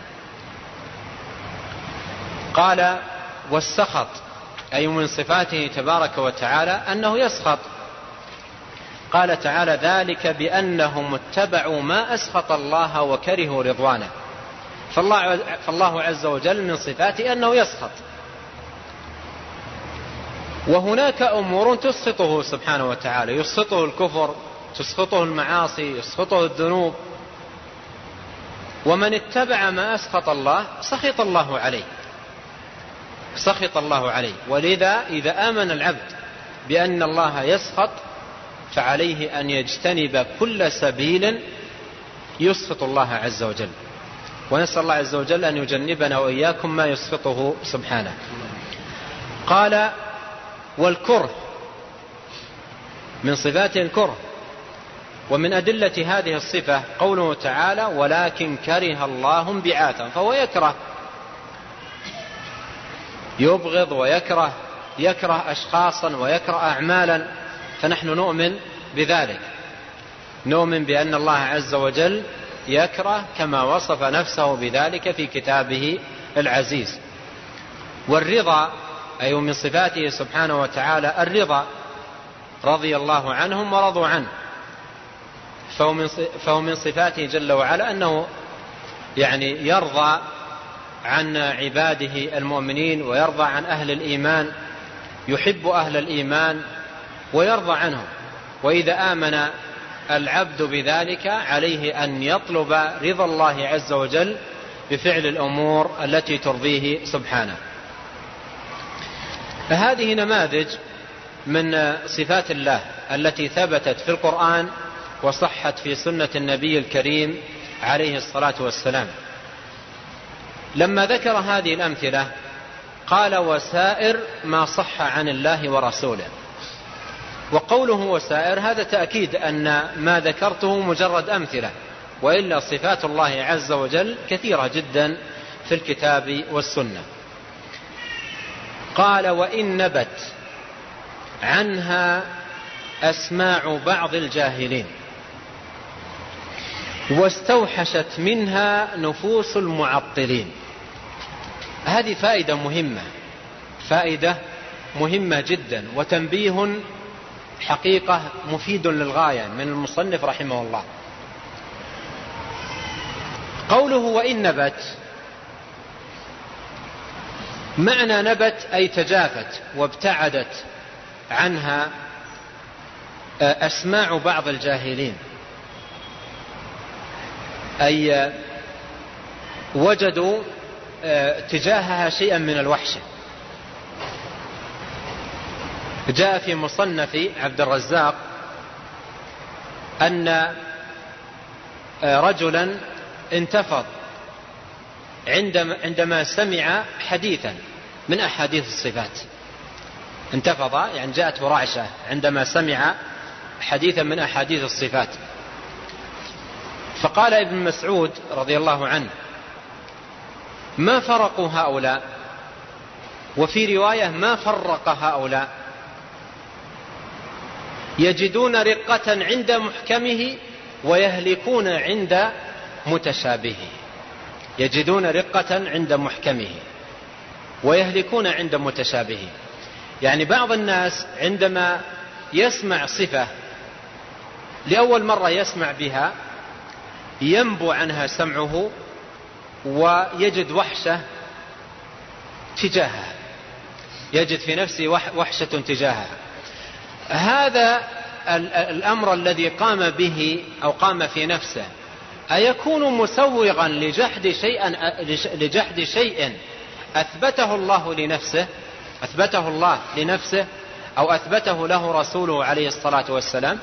قال: والسخط أي من صفاته تبارك وتعالى أنه يسخط. قال تعالى: ذلك بأنهم اتبعوا ما أسخط الله وكرهوا رضوانه. فالله عز وجل من صفاته أنه يسخط. وهناك أمور تسخطه سبحانه وتعالى، يسخطه الكفر، تسخطه المعاصي، يسخطه الذنوب. ومن اتبع ما أسخط الله سخط الله عليه، سخط الله عليه. ولذا إذا آمن العبد بأن الله يسخط فعليه أن يجتنب كل سبيل يسخط الله عز وجل، ونسأل الله عز وجل أن يجنبنا وإياكم ما يسخطه سبحانه. قال والكره من صفاته الكره، ومن أدلة هذه الصفة قوله تعالى ولكن كره الله بعاثا، فهو يبغض ويكره أشخاصا ويكره أعمالا، فنحن نؤمن بذلك، نؤمن بأن الله عز وجل يكره كما وصف نفسه بذلك في كتابه العزيز. والرضا أي من صفاته سبحانه وتعالى الرضا، رضي الله عنهم ورضوا عنه، فهو من صفاته جل وعلا أنه يعني يرضى عن عباده المؤمنين ويرضى عن أهل الإيمان، يحب أهل الإيمان ويرضى عنهم. وإذا آمن العبد بذلك عليه أن يطلب رضا الله عز وجل بفعل الأمور التي ترضيه سبحانه. فهذه نماذج من صفات الله التي ثبتت في القرآن وصحت في سنة النبي الكريم عليه الصلاة والسلام. لما ذكر هذه الأمثلة قال وسائر ما صح عن الله ورسوله. وقوله وسائر هذا تأكيد أن ما ذكرته مجرد أمثلة، وإلا صفات الله عز وجل كثيرة جدا في الكتاب والسنة. قال وإن نبت عنها أسماع بعض الجاهلين واستوحشت منها نفوس المعطلين. هذه فائدة مهمة جدا، وتنبيه حقيقة مفيد للغاية من المصنف رحمه الله. قوله وإن نبت، معنى نبت أي تجافت وابتعدت عنها أسماع بعض الجاهلين، أي وجدوا تجاهها شيئا من الوحشة. جاء في مصنف عبد الرزاق أن رجلا انتفض عندما سمع حديثا من أحاديث الصفات. انتفض يعني جاءته رعشة عندما سمع حديثا من أحاديث الصفات. فقال ابن مسعود رضي الله عنه ما فرقوا هؤلاء، وفي رواية ما فرق هؤلاء، يجدون رقة عند محكمه ويهلكون عند متشابهه. يجدون رقة عند محكمه ويهلكون عند متشابهه. يعني بعض الناس عندما يسمع صفة لأول مرة يسمع بها ينبو عنها سمعه ويجد وحشة تجاهها، يجد في نفسه وحشة تجاهها. هذا الأمر الذي قام به أو قام في نفسه أيكون مسوغا لجحد شيء أثبته الله لنفسه أو أثبته له رسوله عليه الصلاة والسلام؟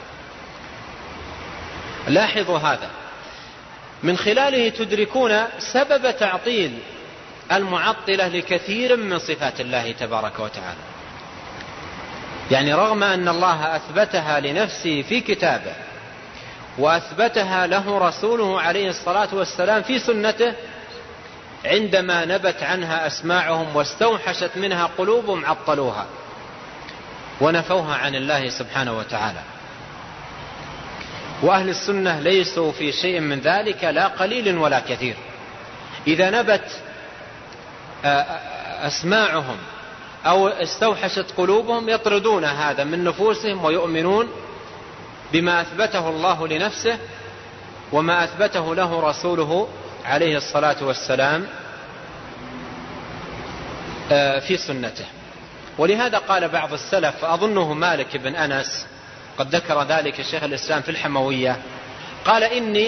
لاحظوا هذا، من خلاله تدركون سبب تعطيل المعطلة لكثير من صفات الله تبارك وتعالى. يعني رغم أن الله أثبتها لنفسه في كتابه وأثبتها له رسوله عليه الصلاة والسلام في سنته، عندما نبت عنها أسماعهم واستوحشت منها قلوبهم عطلوها ونفوها عن الله سبحانه وتعالى. وأهل السنة ليسوا في شيء من ذلك لا قليل ولا كثير. إذا نبت أسماعهم أو استوحشت قلوبهم يطردون هذا من نفوسهم ويؤمنون بما أثبته الله لنفسه وما أثبته له رسوله عليه الصلاة والسلام في سنته. ولهذا قال بعض السلف، فأظنه مالك بن أنس، قد ذكر ذلك الشيخ الإسلام في الحموية، قال إني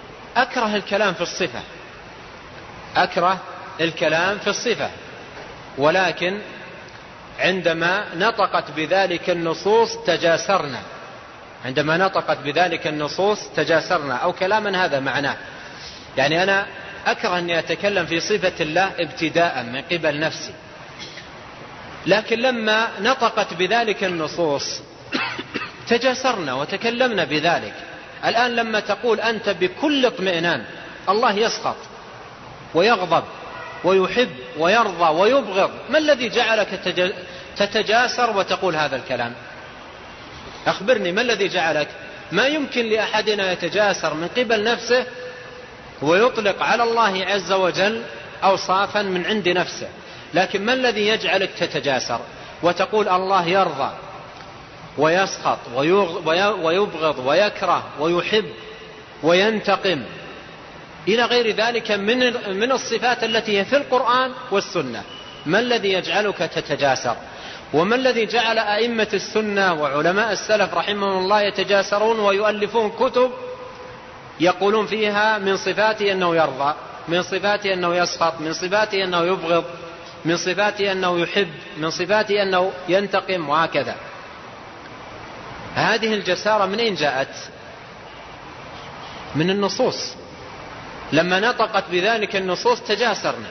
أكره الكلام في الصفة، أكره الكلام في الصفة، ولكن عندما نطقت بذلك النصوص تجاسرنا، عندما نطقت بذلك النصوص تجاسرنا، أو كلاما هذا معناه. يعني أنا أكره أني أتكلم في صفة الله ابتداء من قبل نفسي، لكن لما نطقت بذلك النصوص تجاسرنا وتكلمنا بذلك. الآن لما تقول أنت بكل اطمئنان الله يسخط ويغضب ويحب ويرضى ويبغض، ما الذي جعلك تتجاسر وتقول هذا الكلام؟ أخبرني، ما الذي جعلك؟ ما يمكن لأحدنا يتجاسر من قبل نفسه ويطلق على الله عز وجل أوصافا من عند نفسه، لكن ما الذي يجعلك تتجاسر وتقول الله يرضى ويسخط ويبغض ويكره ويحب وينتقم إلى غير ذلك من الصفات التي هي في القرآن والسنة؟ ما الذي يجعلك تتجاسر؟ وما الذي جعل أئمة السنة وعلماء السلف رحمهم الله يتجاسرون ويؤلفون كتب يقولون فيها من صفاته أنه يرضى، من صفاته أنه يسخط، من صفاته أنه يبغض، من صفاته أنه يحب، من صفاته أنه ينتقم، وهكذا؟ هذه الجسارة من أين جاءت؟ من النصوص. لما نطقت بذلك النصوص تجاسرنا.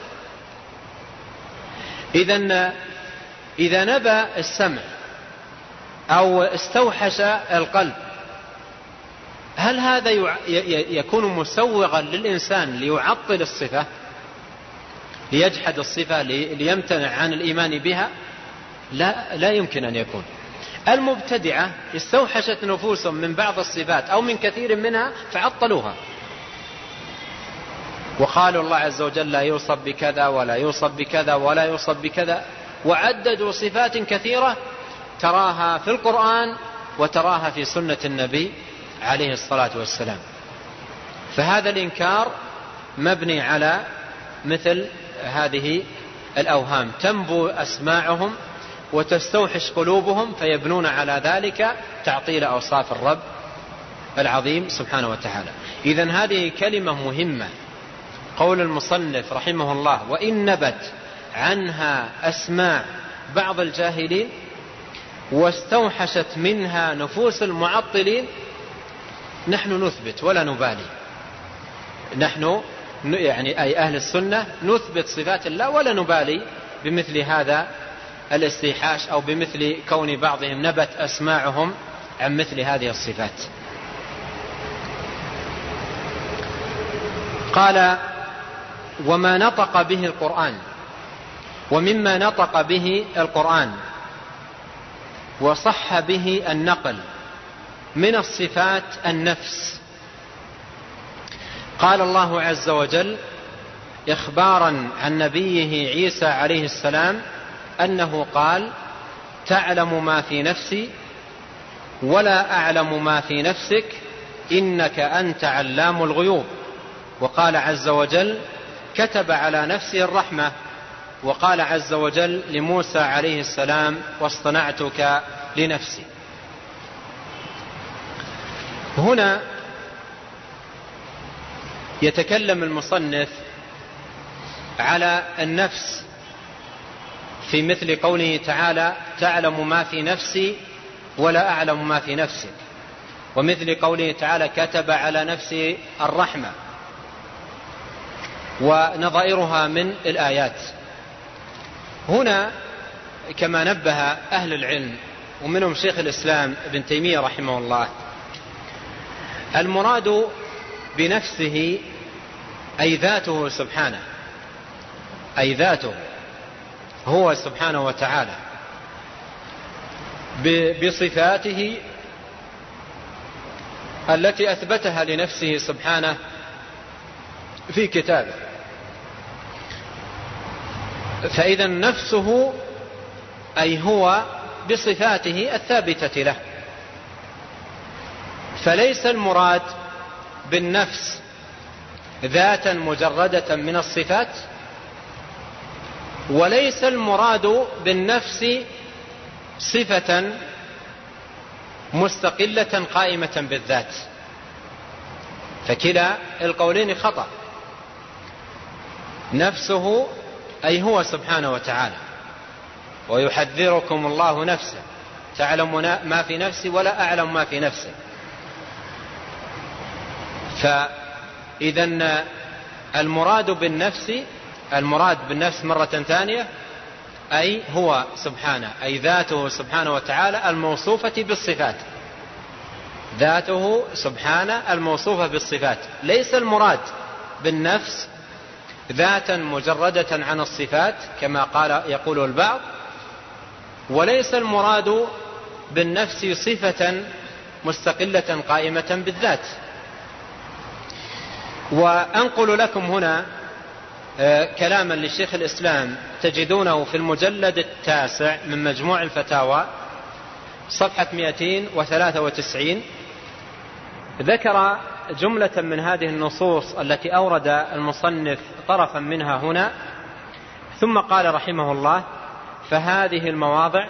إذا نبى السمع أو استوحش القلب، هل هذا يكون مسوغا للإنسان ليعطل الصفة، ليجحد الصفة، ليمتنع عن الإيمان بها؟ لا يمكن أن يكون. المبتدعة استوحشت نفوسهم من بعض الصفات أو من كثير منها فعطلوها، وقالوا الله عز وجل لا يوصف بكذا ولا يوصف بكذا ولا يوصف بكذا، وعددوا صفات كثيرة تراها في القرآن وتراها في سنة النبي عليه الصلاة والسلام. فهذا الإنكار مبني على مثل هذه الأوهام، تنبو أسماعهم وتستوحش قلوبهم فيبنون على ذلك تعطيل أوصاف الرب العظيم سبحانه وتعالى. إذن هذه كلمة مهمة، قول المصنف رحمه الله: وإن نبت عنها أسماع بعض الجاهلين واستوحشت منها نفوس المعطلين، نحن نثبت ولا نبالي. نحن يعني أي أهل السنة نثبت صفات الله ولا نبالي بمثل هذا الاستيحاش أو بمثل كون بعضهم نبت أسماعهم عن مثل هذه الصفات. قال: وما نطق به القرآن، ومما نطق به القرآن وصح به النقل من الصفات النفس. قال الله عز وجل إخبارا عن نبيه عيسى عليه السلام أنه قال: تعلم ما في نفسي ولا أعلم ما في نفسك إنك أنت علام الغيوب. وقال عز وجل: كتب على نفسه الرحمة. وقال عز وجل لموسى عليه السلام: واصطنعتك لنفسي. هنا يتكلم المصنف على النفس في مثل قوله تعالى: تعلم ما في نفسي ولا أعلم ما في نفسك، ومثل قوله تعالى: كتب على نفسه الرحمة، ونظائرها من الآيات. هنا كما نبه أهل العلم ومنهم شيخ الإسلام ابن تيمية رحمه الله، المراد بنفسه أي ذاته سبحانه، أي ذاته هو سبحانه وتعالى بصفاته التي أثبتها لنفسه سبحانه في كتابه. فإذا نفسه أي هو بصفاته الثابتة له، فليس المراد بالنفس ذاتا مجردة من الصفات، وليس المراد بالنفس صفة مستقلة قائمة بالذات، فكلا القولين خطأ. نفسه أي هو سبحانه وتعالى، ويحذركم الله نفسه تعلم ما في نفسي ولا أعلم ما في نفسك. فإذا المراد بالنفس مرة ثانية أي هو سبحانه، أي ذاته سبحانه وتعالى الموصوفة بالصفات، ذاته سبحانه الموصوفة بالصفات. ليس المراد بالنفس ذاتا مجردة عن الصفات كما يقول البعض، وليس المراد بالنفس صفة مستقلة قائمة بالذات. وأنقل لكم هنا كلاما للشيخ الإسلام تجدونه في المجلد 9 من مجموع الفتاوى صفحة 293. ذكر جملة من هذه النصوص التي أورد المصنف طرفا منها هنا، ثم قال رحمه الله: فهذه المواضع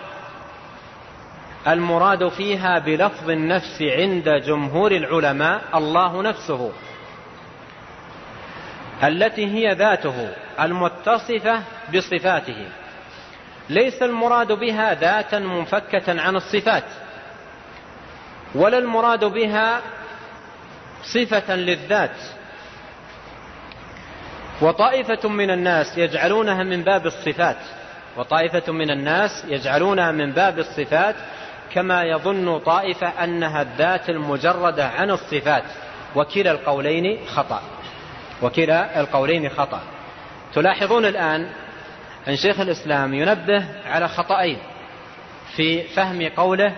المراد فيها بلفظ النفس عند جمهور العلماء الله نفسه التي هي ذاته المتصفة بصفاته، ليس المراد بها ذاتا منفكة عن الصفات، ولا المراد بها صفة للذات. وطائفة من الناس يجعلونها من باب الصفات، كما يظن طائفة أنها الذات المجردة عن الصفات، وكلا القولين خطأ. تلاحظون الآن أن شيخ الإسلام ينبه على خطأين في فهم قوله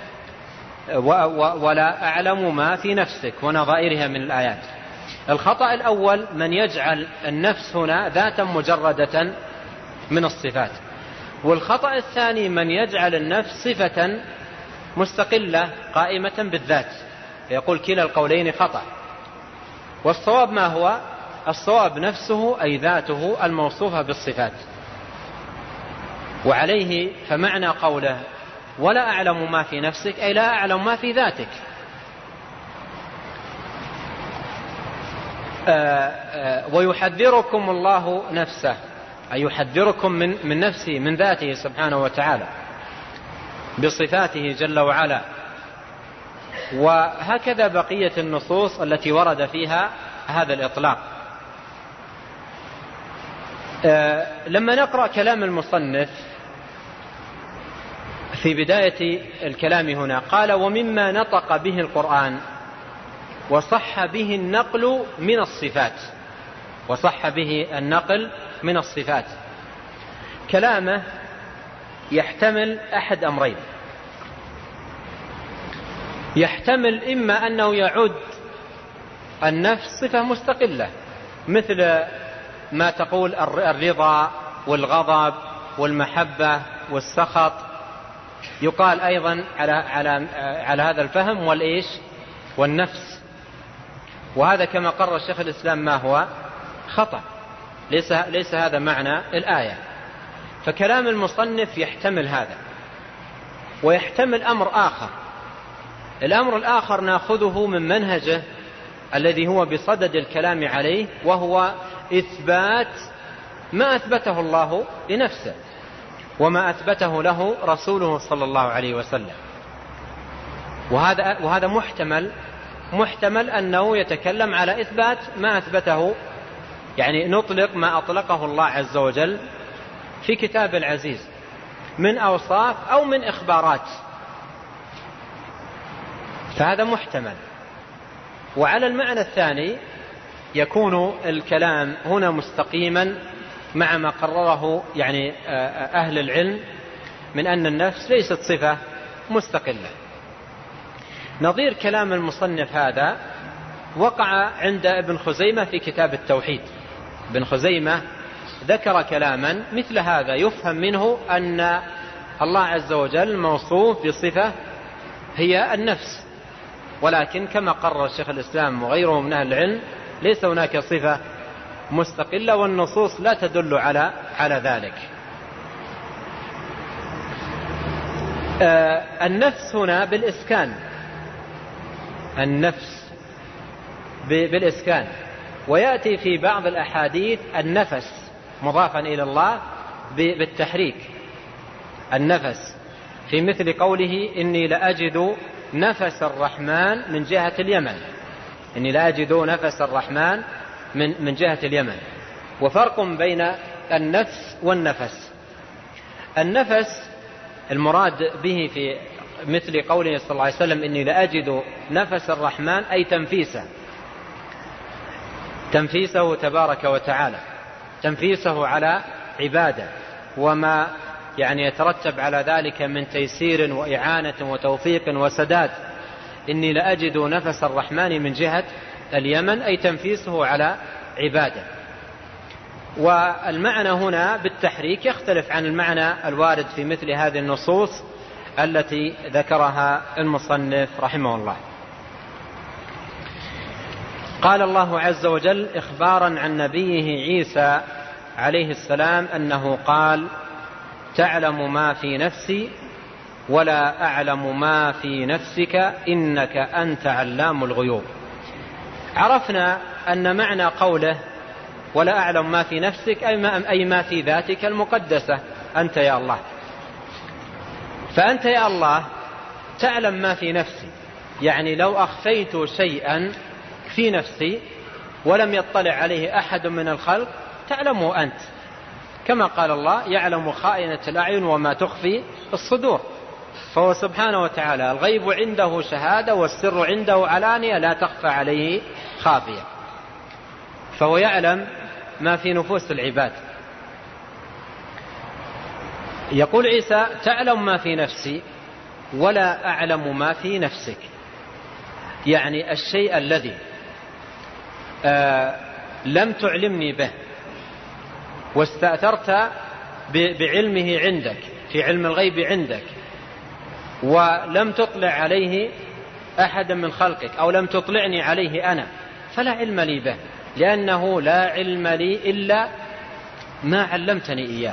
ولا أعلم ما في نفسك ونظائرها من الآيات. الخطأ الأول من يجعل النفس هنا ذاتا مجردة من الصفات، والخطأ الثاني من يجعل النفس صفة مستقلة قائمة بالذات، يقول كلا القولين خطأ. والصواب ما هو؟ الصواب نفسه أي ذاته الموصوفة بالصفات. وعليه فمعنى قوله ولا أعلم ما في نفسك أي لا أعلم ما في ذاتك. ويحذركم الله نفسه أي يحذركم من نفسه من ذاته سبحانه وتعالى بصفاته جل وعلا. وهكذا بقية النصوص التي ورد فيها هذا الإطلاق. لما نقرأ كلام المصنف في بداية الكلام هنا قال: ومما نطق به القرآن وصح به النقل من الصفات. كلامه يحتمل أحد أمرين: يحتمل إما أنه يعد النفس صفة مستقلة مثل ما تقول الرضا والغضب والمحبة والسخط، يقال أيضا على هذا الفهم والنفس. وهذا كما قرر الشيخ الإسلام ما هو خطأ، ليس هذا معنى الآية. فكلام المصنف يحتمل هذا. ويحتمل أمر آخر، الأمر الآخر نأخذه من منهجه الذي هو بصدد الكلام عليه، وهو إثبات ما أثبته الله لنفسه وما أثبته له رسوله صلى الله عليه وسلم. وهذا محتمل أنه يتكلم على إثبات ما أثبته، يعني نطلق ما أطلقه الله عز وجل في كتاب العزيز من أوصاف أو من إخبارات، فهذا محتمل. وعلى المعنى الثاني يكون الكلام هنا مستقيما مع ما قرره يعني أهل العلم من أن النفس ليست صفة مستقلة. نظير كلام المصنف هذا وقع عند ابن خزيمة في كتاب التوحيد. ابن خزيمة ذكر كلاما مثل هذا يفهم منه أن الله عز وجل موصوف بصفة هي النفس، ولكن كما قرر الشيخ الإسلام وغيره من أهل العلم ليس هناك صفة مستقلة، والنصوص لا تدل على ذلك. النفس هنا بالإسكان، النفس بالإسكان، ويأتي في بعض الأحاديث النفس مضافا إلى الله بالتحريك. النفس في مثل قوله إني لأجد نفس الرحمن من جهة اليمن، إني لأجد نفس الرحمن من جهة اليمن. وفرق بين النفس والنفس. النفس المراد به في مثل قوله صلى الله عليه وسلم إني لأجد نفس الرحمن أي تنفيسه تبارك وتعالى، تنفيسه على عباده وما يترتب على ذلك من تيسير وإعانة وتوفيق وسداد. إني لأجد نفس الرحمن من جهة اليمن أي تنفيسه على عباده. والمعنى هنا بالتحريك يختلف عن المعنى الوارد في مثل هذه النصوص التي ذكرها المصنف رحمه الله. قال الله عز وجل إخبارا عن نبيه عيسى عليه السلام أنه قال تعلم ما في نفسي ولا أعلم ما في نفسك إنك أنت علام الغيوب. عرفنا أن معنى قوله ولا أعلم ما في نفسك أي ما في ذاتك المقدسة أنت يا الله. فأنت يا الله تعلم ما في نفسي، يعني لو أخفيت شيئا في نفسي ولم يطلع عليه أحد من الخلق تعلمه أنت، كما قال الله يعلم خائنة الأعين وما تخفي الصدور. فهو سبحانه وتعالى الغيب عنده شهادة والسر عنده علانية لا تخفى عليه خافية، فهو يعلم ما في نفوس العباد. يقول عيسى تعلم ما في نفسي ولا أعلم ما في نفسك، يعني الشيء الذي لم تعلمني به واستأثرت بعلمه عندك في علم الغيب عندك ولم تطلع عليه أحدا من خلقك أو لم تطلعني عليه أنا، فلا علم لي به، لأنه لا علم لي إلا ما علمتني إياه.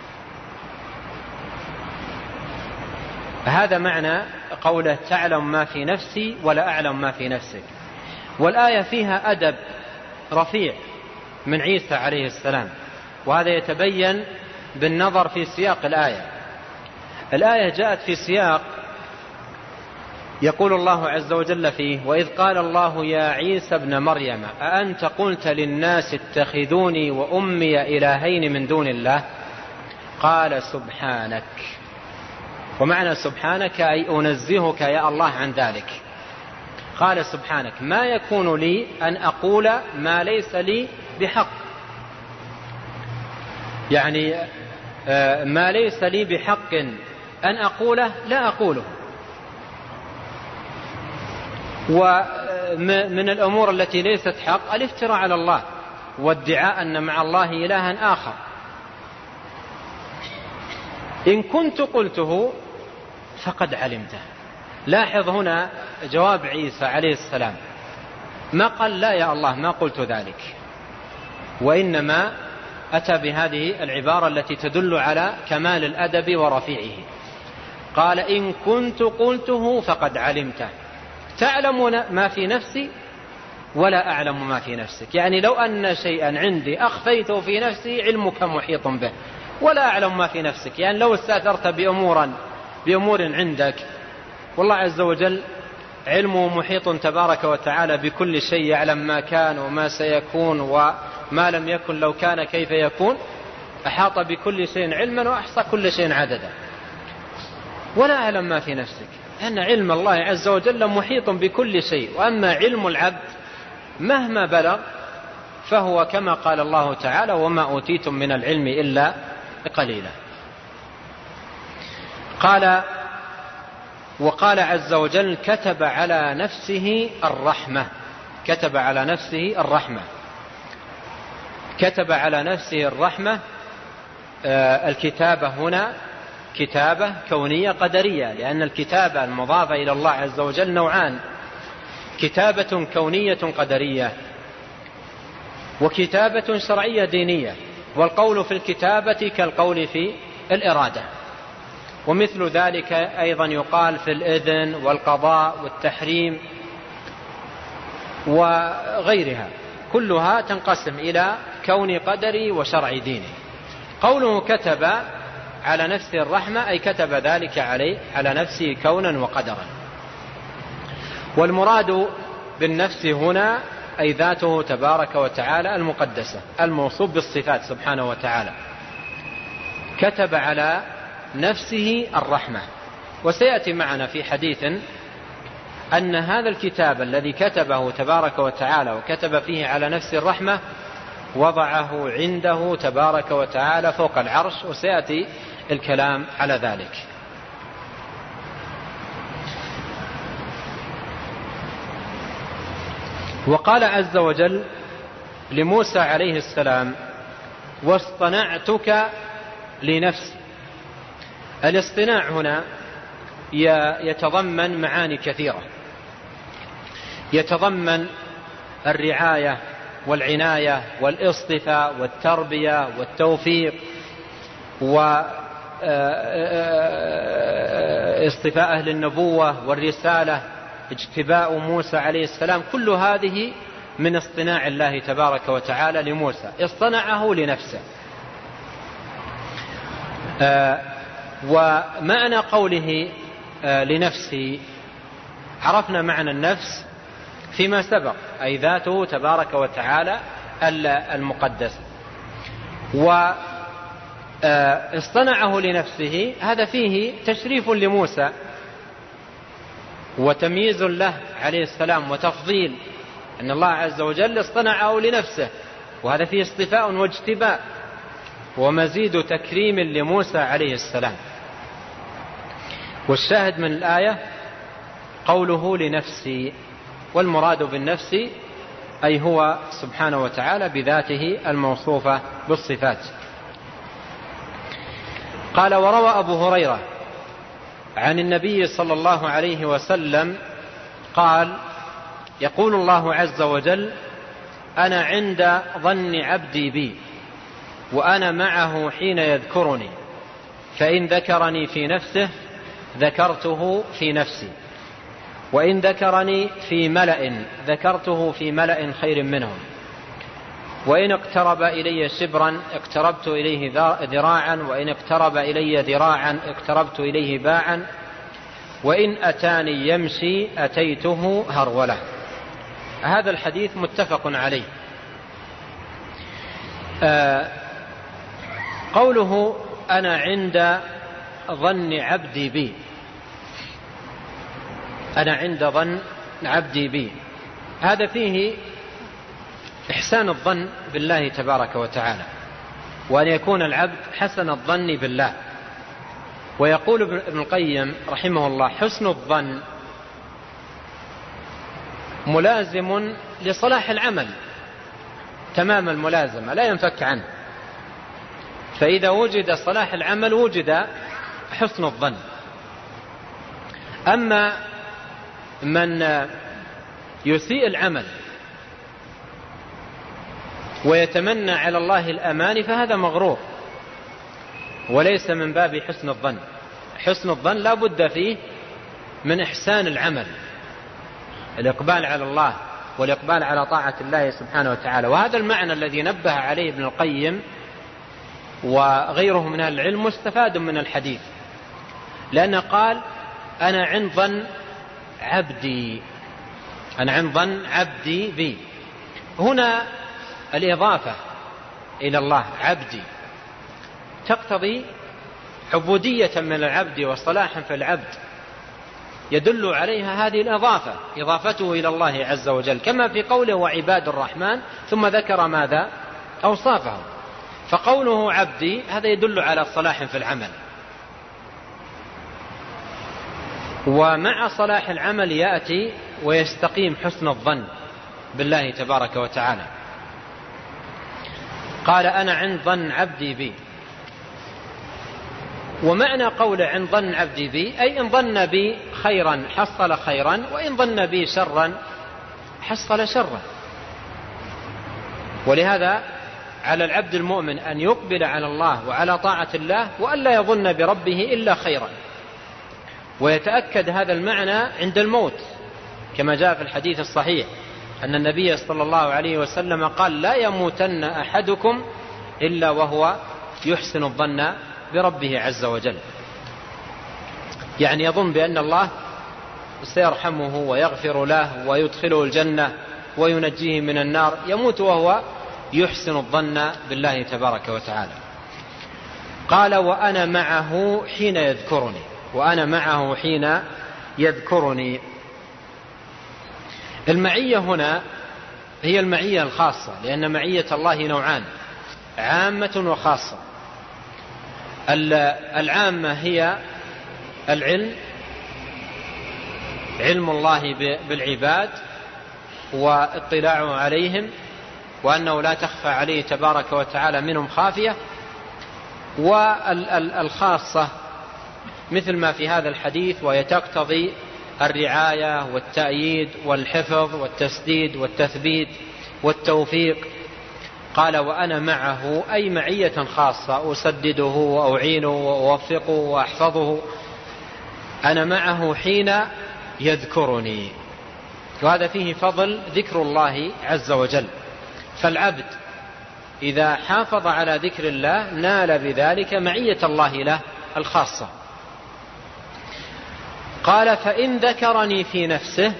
هذا معنى قوله تعلم ما في نفسي ولا أعلم ما في نفسك. والآية فيها أدب رفيع من عيسى عليه السلام، وهذا يتبين بالنظر في سياق الآية. الآية جاءت في سياق يقول الله عز وجل فيه وإذ قال الله يا عيسى ابن مريم أأنت قلت للناس اتخذوني وأمي إلهين من دون الله قال سبحانك. ومعنى سبحانك أي أنزهك يا الله عن ذلك. قال سبحانك ما يكون لي أن أقول ما ليس لي بحق، يعني ما ليس لي بحق أن أقوله لا أقوله. ومن الأمور التي ليست حق الافتراء على الله وادعاء أن مع الله إلها آخر. إن كنت قلته فقد علمته. لاحظ هنا جواب عيسى عليه السلام، ما قال لا يا الله ما قلت ذلك، وإنما أتى بهذه العبارة التي تدل على كمال الأدب ورفيعه. قال إن كنت قلته فقد علمته، تعلم ما في نفسي ولا أعلم ما في نفسك، يعني لو أن شيئا عندي أخفيته في نفسي علمك محيط به ولا أعلم ما في نفسك. يعني لو استأثرت بأمور عندك والله عز وجل علمه محيط تبارك وتعالى بكل شيء، يعلم ما كان وما سيكون وما لم يكن لو كان كيف يكون، أحاط بكل شيء علما وأحصى كل شيء عددا. ولا أعلم ما في نفسك، لأن علم الله عز وجل محيط بكل شيء. وأما علم العبد مهما بلغ فهو كما قال الله تعالى وما أوتيتم من العلم إلا قليلا. وقال عز وجل كتب على نفسه الرحمة. كتب على نفسه الرحمة. كتب على نفسه الرحمة. الكتابة هنا كتابة كونية قدرية، لأن الكتابة المضافة إلى الله عز وجل نوعان، كتابة كونية قدرية وكتابة شرعية دينية. والقول في الكتابة كالقول في الإرادة، ومثل ذلك أيضا يقال في الإذن والقضاء والتحريم وغيرها، كلها تنقسم إلى كون قدري وشرع ديني. قوله كتب على نفسه الرحمة أي كتب ذلك على نفسه كونا وقدرا. والمراد بالنفس هنا أي ذاته تبارك وتعالى المقدسة الموصوف بالصفات سبحانه وتعالى، كتب على نفسه الرحمة. وسيأتي معنا في حديث أن هذا الكتاب الذي كتبه تبارك وتعالى وكتب فيه على نفسه الرحمة وضعه عنده تبارك وتعالى فوق العرش، وسيأتي الكلام على ذلك. وقال عز وجل لموسى عليه السلام: واصطنعتك لنفسي. الاصطناع هنا يتضمن معاني كثيرة، يتضمن الرعاية والعناية والاصطفاء والتربية والتوفيق واصطفاء أهل النبوة والرسالة، اجتباء موسى عليه السلام، كل هذه من اصطناع الله تبارك وتعالى لموسى، اصطنعه لنفسه. ومعنى قوله لنفسي عرفنا معنى النفس فيما سبق، أي ذاته تبارك وتعالى المقدس. واصطنعه لنفسه هذا فيه تشريف لموسى وتمييز له عليه السلام وتفضيل، أن الله عز وجل اصطنعه لنفسه، وهذا فيه اصطفاء واجتباء ومزيد تكريم لموسى عليه السلام. والشاهد من الآية قوله لنفسي، والمراد بالنفس أي هو سبحانه وتعالى بذاته الموصوفة بالصفات. قال: وروى أبو هريرة عن النبي صلى الله عليه وسلم قال: يقول الله عز وجل: أنا عند ظن عبدي بي وأنا معه حين يذكرني، فإن ذكرني في نفسه ذكرته في نفسي، وإن ذكرني في ملأ ذكرته في ملأ خير منهم، وإن اقترب إلي شبرا اقتربت إليه ذراعا، وإن اقترب إلي ذراعا اقتربت إليه باعا، وإن أتاني يمشي أتيته هرولة. هذا الحديث متفق عليه. قوله أنا عند ظن عبدي بي، أنا عند ظن عبدي بي، هذا فيه إحسان الظن بالله تبارك وتعالى، وأن يكون العبد حسن الظن بالله. ويقول ابن القيم رحمه الله: حسن الظن ملازم لصلاح العمل تمام الملازمة، لا ينفك عنه. فإذا وجد صلاح العمل وجد حسن الظن. أما من يسيء العمل ويتمنى على الله الأمان فهذا مغرور وليس من باب حسن الظن. حسن الظن لا بد فيه من إحسان العمل، الإقبال على الله والإقبال على طاعة الله سبحانه وتعالى. وهذا المعنى الذي نبه عليه ابن القيم وغيره من أهل العلم مستفاد من الحديث، لأنه قال: أنا عند ظن عبدي، أنا عند ظن عبدي بي. هنا الإضافة إلى الله عبدي تقتضي عبودية من العبد وصلاحا في العبد، يدل عليها هذه الإضافة، إضافته إلى الله عز وجل، كما في قوله وعباد الرحمن، ثم ذكر ماذا؟ أوصافه. فقوله عبدي هذا يدل على صلاح في العمل، ومع صلاح العمل يأتي ويستقيم حسن الظن بالله تبارك وتعالى. قال: أنا عند ظن عبدي بي. ومعنى قول عند ظن عبدي بي أي إن ظن بي خيرا حصل خيرا، وإن ظن بي شرا حصل شرا. ولهذا على العبد المؤمن أن يقبل على الله وعلى طاعة الله، وألا يظن بربه إلا خيرا. ويتأكد هذا المعنى عند الموت، كما جاء في الحديث الصحيح أن النبي صلى الله عليه وسلم قال: لا يموتن أحدكم إلا وهو يحسن الظن بربه عز وجل، يعني يظن بأن الله سيرحمه ويغفر له ويدخله الجنة وينجيه من النار، يموت وهو يحسن الظن بالله تبارك وتعالى. قال وأنا معه حين يذكرني، وأنا معه حين يذكرني. المعية هنا هي المعية الخاصة، لأن معية الله نوعان، عامة وخاصة. العامة هي العلم، علم الله بالعباد واطلاعه عليهم، وأنه لا تخفى عليه تبارك وتعالى منهم خافية. والخاصة مثل ما في هذا الحديث، وهي تقتضي الرعاية والتأييد والحفظ والتسديد والتثبيت والتوفيق. قال وأنا معه، أي معية خاصة أسدده وأعينه وأوفقه وأحفظه. أنا معه حين يذكرني، وهذا فيه فضل ذكر الله عز وجل. فالعبد إذا حافظ على ذكر الله نال بذلك معية الله له الخاصة. قال فإن ذكرني في نفسه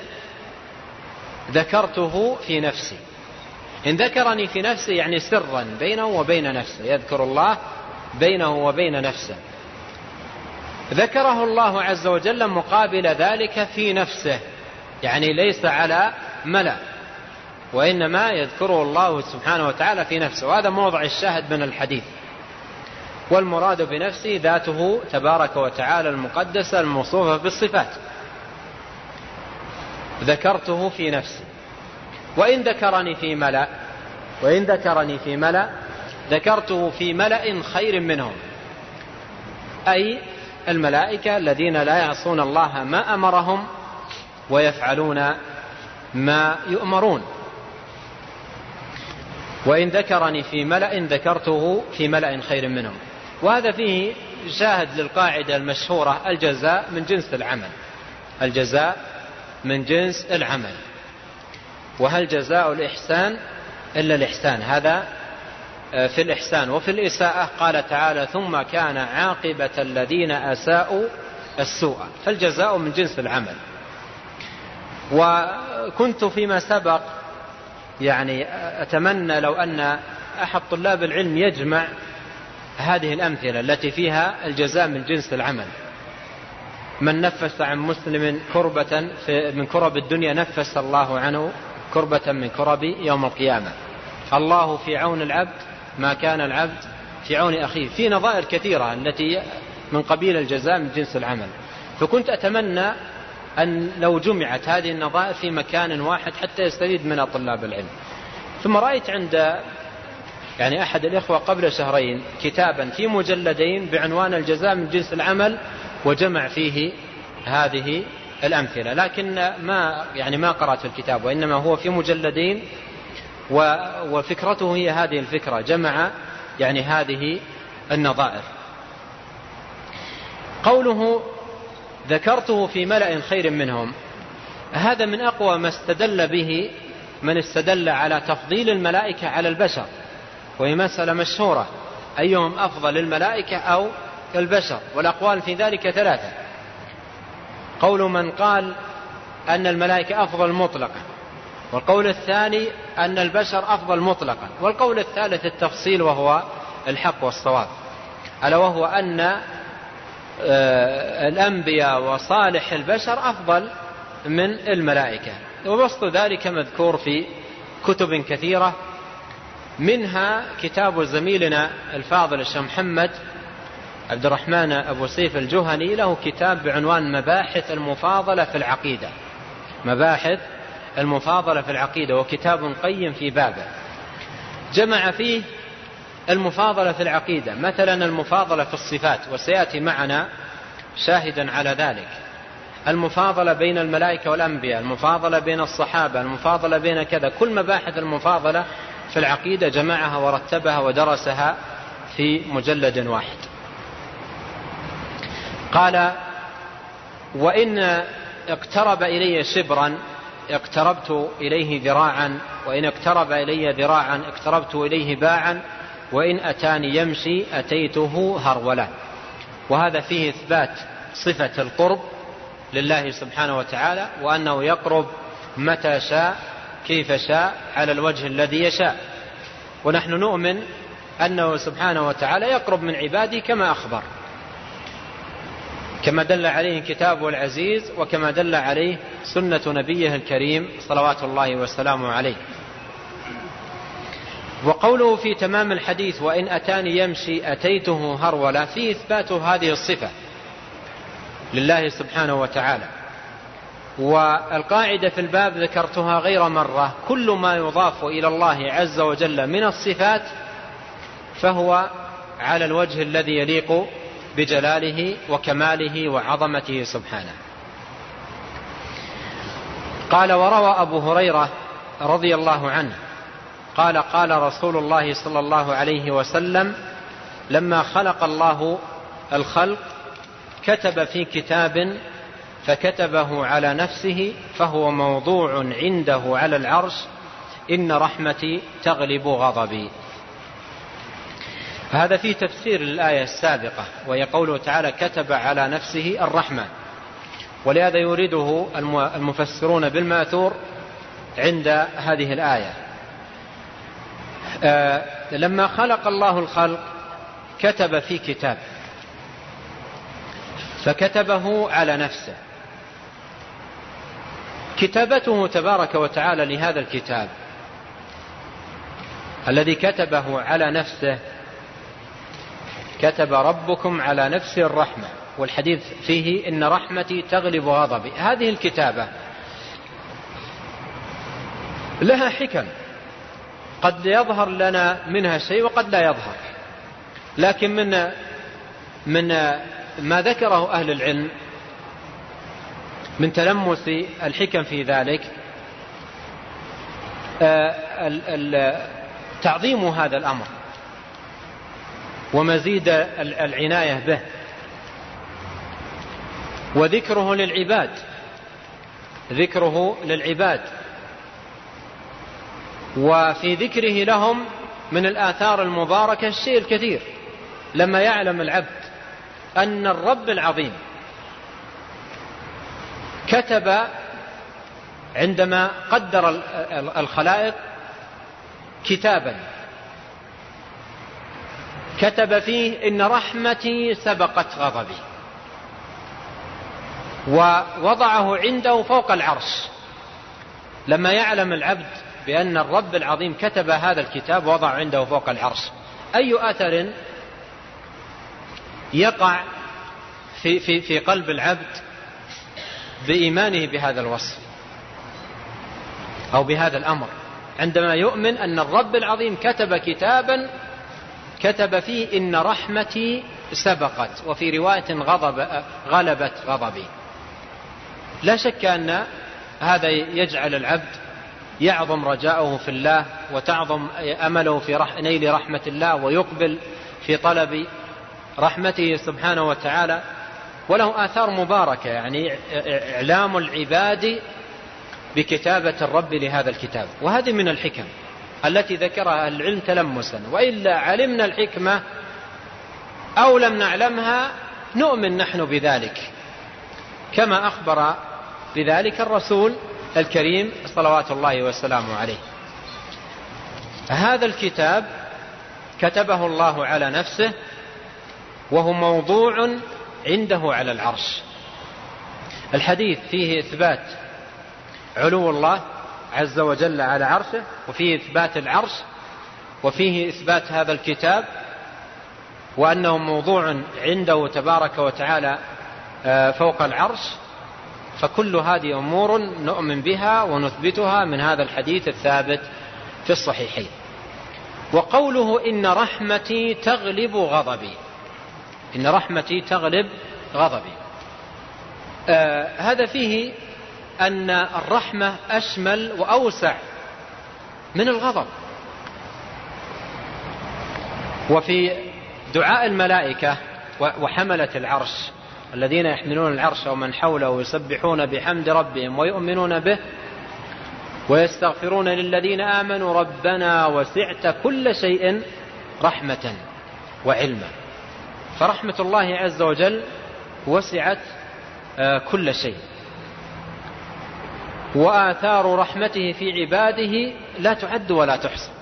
ذكرته في نفسي. إن ذكرني في نفسه يعني سرا بينه وبين نفسه، يذكر الله بينه وبين نفسه. ذكره الله عز وجل مقابل ذلك في نفسه، يعني ليس على ملأ، وإنما يذكره الله سبحانه وتعالى في نفسه. وهذا موضع الشاهد من الحديث. والمراد بنفسه ذاته تبارك وتعالى المقدسة الموصوفة بالصفات. ذكرته في نفسي. وإن ذكرني في ملأ، وإن ذكرني في ملأ ذكرته في ملأ خير منهم، أي الملائكة الذين لا يعصون الله ما أمرهم ويفعلون ما يؤمرون. وإن ذكرني في ملأ ذكرته في ملأ خير منهم. وهذا فيه شاهد للقاعدة المشهورة الجزاء من جنس العمل. الجزاء من جنس العمل. وهل جزاء الإحسان إلا الإحسان؟ هذا في الإحسان. وفي الإساءة قال تعالى ثم كان عاقبة الذين أساءوا السوء. فالجزاء من جنس العمل. وكنت فيما سبق يعني أتمنى لو أن أحد طلاب العلم يجمع هذه الأمثلة التي فيها الجزاء من جنس العمل. من نفس عن مسلم كربة من كرب الدنيا نفس الله عنه كربة من كرب يوم القيامة. الله في عون العبد ما كان العبد في عون أخيه. في نظائر كثيرة التي من قبيل الجزاء من جنس العمل. فكنت أتمنى أن لو جمعت هذه النظائر في مكان واحد حتى يستفيد منها طلاب العلم. ثم رأيت عند يعني أحد الإخوة قبل شهرين كتابا في مجلدين بعنوان الجزاء من جنس العمل، وجمع فيه هذه الأمثلة، لكن ما قرأت الكتاب، وإنما هو في مجلدين، وفكرته هي هذه الفكرة، جمع يعني هذه النظائر. قوله ذكرته في ملأ خير منهم، هذا من أقوى ما استدل به من استدل على تفضيل الملائكة على البشر، وهي مسألة مشهورة أيهم أفضل الملائكة أو البشر، والأقوال في ذلك ثلاثة. قول من قال أن الملائكة أفضل مطلقا، والقول الثاني أن البشر أفضل مطلقا، والقول الثالث التفصيل وهو الحق والصواب، ألا وهو أن الأنبياء وصالح البشر أفضل من الملائكة. وبسط ذلك مذكور في كتب كثيرة، منها كتاب زميلنا الفاضل الشيخ محمد عبد الرحمن أبو سيف الجهني، له كتاب بعنوان مباحث المفاضلة في العقيدة. مباحث المفاضلة في العقيدة، وكتاب قيم في بابه، جمع فيه المفاضلة في العقيدة، مثلا المفاضلة في الصفات، وسيأتي معنا شاهدا على ذلك، المفاضلة بين الملائكة والأنبياء، المفاضلة بين الصحابة، المفاضلة بين كذا، كل مباحث المفاضلة في العقيدة جمعها ورتبها ودرسها في مجلد واحد. قال وإن اقترب إلي شبرا اقتربت إليه ذراعا، وإن اقترب إلي ذراعا اقتربت إليه باعا، وإن أتاني يمشي أتيته هرولة. وهذا فيه إثبات صفة القرب لله سبحانه وتعالى، وأنه يقرب متى شاء كيف شاء على الوجه الذي يشاء. ونحن نؤمن أنه سبحانه وتعالى يقرب من عباده كما أخبر، كما دل عليه الكتاب العزيز، وكما دل عليه سنة نبيه الكريم صلوات الله وسلامه عليه. وقوله في تمام الحديث وإن أتاني يمشي أتيته هرولة فيه إثبات هذه الصفة لله سبحانه وتعالى. والقاعدة في الباب ذكرتها غير مرة: كل ما يضاف إلى الله عز وجل من الصفات فهو على الوجه الذي يليق بجلاله وكماله وعظمته سبحانه. قال: وروى أبو هريرة رضي الله عنه قال: قال رسول الله صلى الله عليه وسلم: لما خلق الله الخلق كتب في كتاب فكتبه على نفسه فهو موضوع عنده على العرش: إن رحمتي تغلب غضبي. هذا في تفسير الآية السابقة، وهي قوله تعالى: كتب على نفسه الرحمة. ولهذا يريده المفسرون بالماثور عند هذه الآية. لما خلق الله الخلق كتب في كتاب فكتبه على نفسه. كتابته تبارك وتعالى لهذا الكتاب الذي كتبه على نفسه: كتب ربكم على نفسه الرحمة، والحديث فيه إن رحمتي تغلب غضبي. هذه الكتابة لها حكم قد يظهر لنا منها شيء وقد لا يظهر، لكن من ما ذكره أهل العلم من تلمس الحكم في ذلك تعظيم هذا الأمر ومزيد العناية به، وذكره للعباد، وفي ذكره لهم من الآثار المباركة الشيء الكثير. لما يعلم العبد أن الرب العظيم كتب عندما قدر الخلائق كتابا كتب فيه: إن رحمتي سبقت غضبي، ووضعه عنده فوق العرش. لما يعلم العبد بأن الرب العظيم كتب هذا الكتاب وضع عنده فوق العرش، أي أثر يقع في قلب العبد بإيمانه بهذا الوصف أو بهذا الأمر، عندما يؤمن أن الرب العظيم كتب كتابا كتب فيه: إن رحمتي سبقت، وفي رواية غلبت غضبي. لا شك أن هذا يجعل العبد يعظم رجاءه في الله، وتعظم أمله في نيل رحمة الله، ويقبل في طلب رحمته سبحانه وتعالى. وله آثار مباركة، يعني إعلام العباد بكتابة الرب لهذا الكتاب. وهذه من الحكم التي ذكرها العلم تلمسا، وإلا علمنا الحكمة أو لم نعلمها نؤمن نحن بذلك، كما أخبر بذلك الرسول الكريم صلوات الله وسلامه عليه. هذا الكتاب كتبه الله على نفسه، وهو موضوع عنده على العرش. الحديث فيه إثبات علو الله عز وجل على عرشه، وفيه إثبات العرش، وفيه إثبات هذا الكتاب، وأنه موضوع عنده تبارك وتعالى فوق العرش. فكل هذه أمور نؤمن بها ونثبتها من هذا الحديث الثابت في الصحيحين. وقوله: إن رحمتي تغلب غضبي، إن رحمتي تغلب غضبي، هذا فيه أن الرحمة أشمل وأوسع من الغضب. وفي دعاء الملائكة وحملة العرش الذين يحملون العرش ومن حوله يسبحون بحمد ربهم ويؤمنون به ويستغفرون للذين آمنوا ربنا وسعت كل شيء رحمة وعلما. فرحمة الله عز وجل وسعت كل شيء، وآثار رحمته في عباده لا تعد ولا تحصى.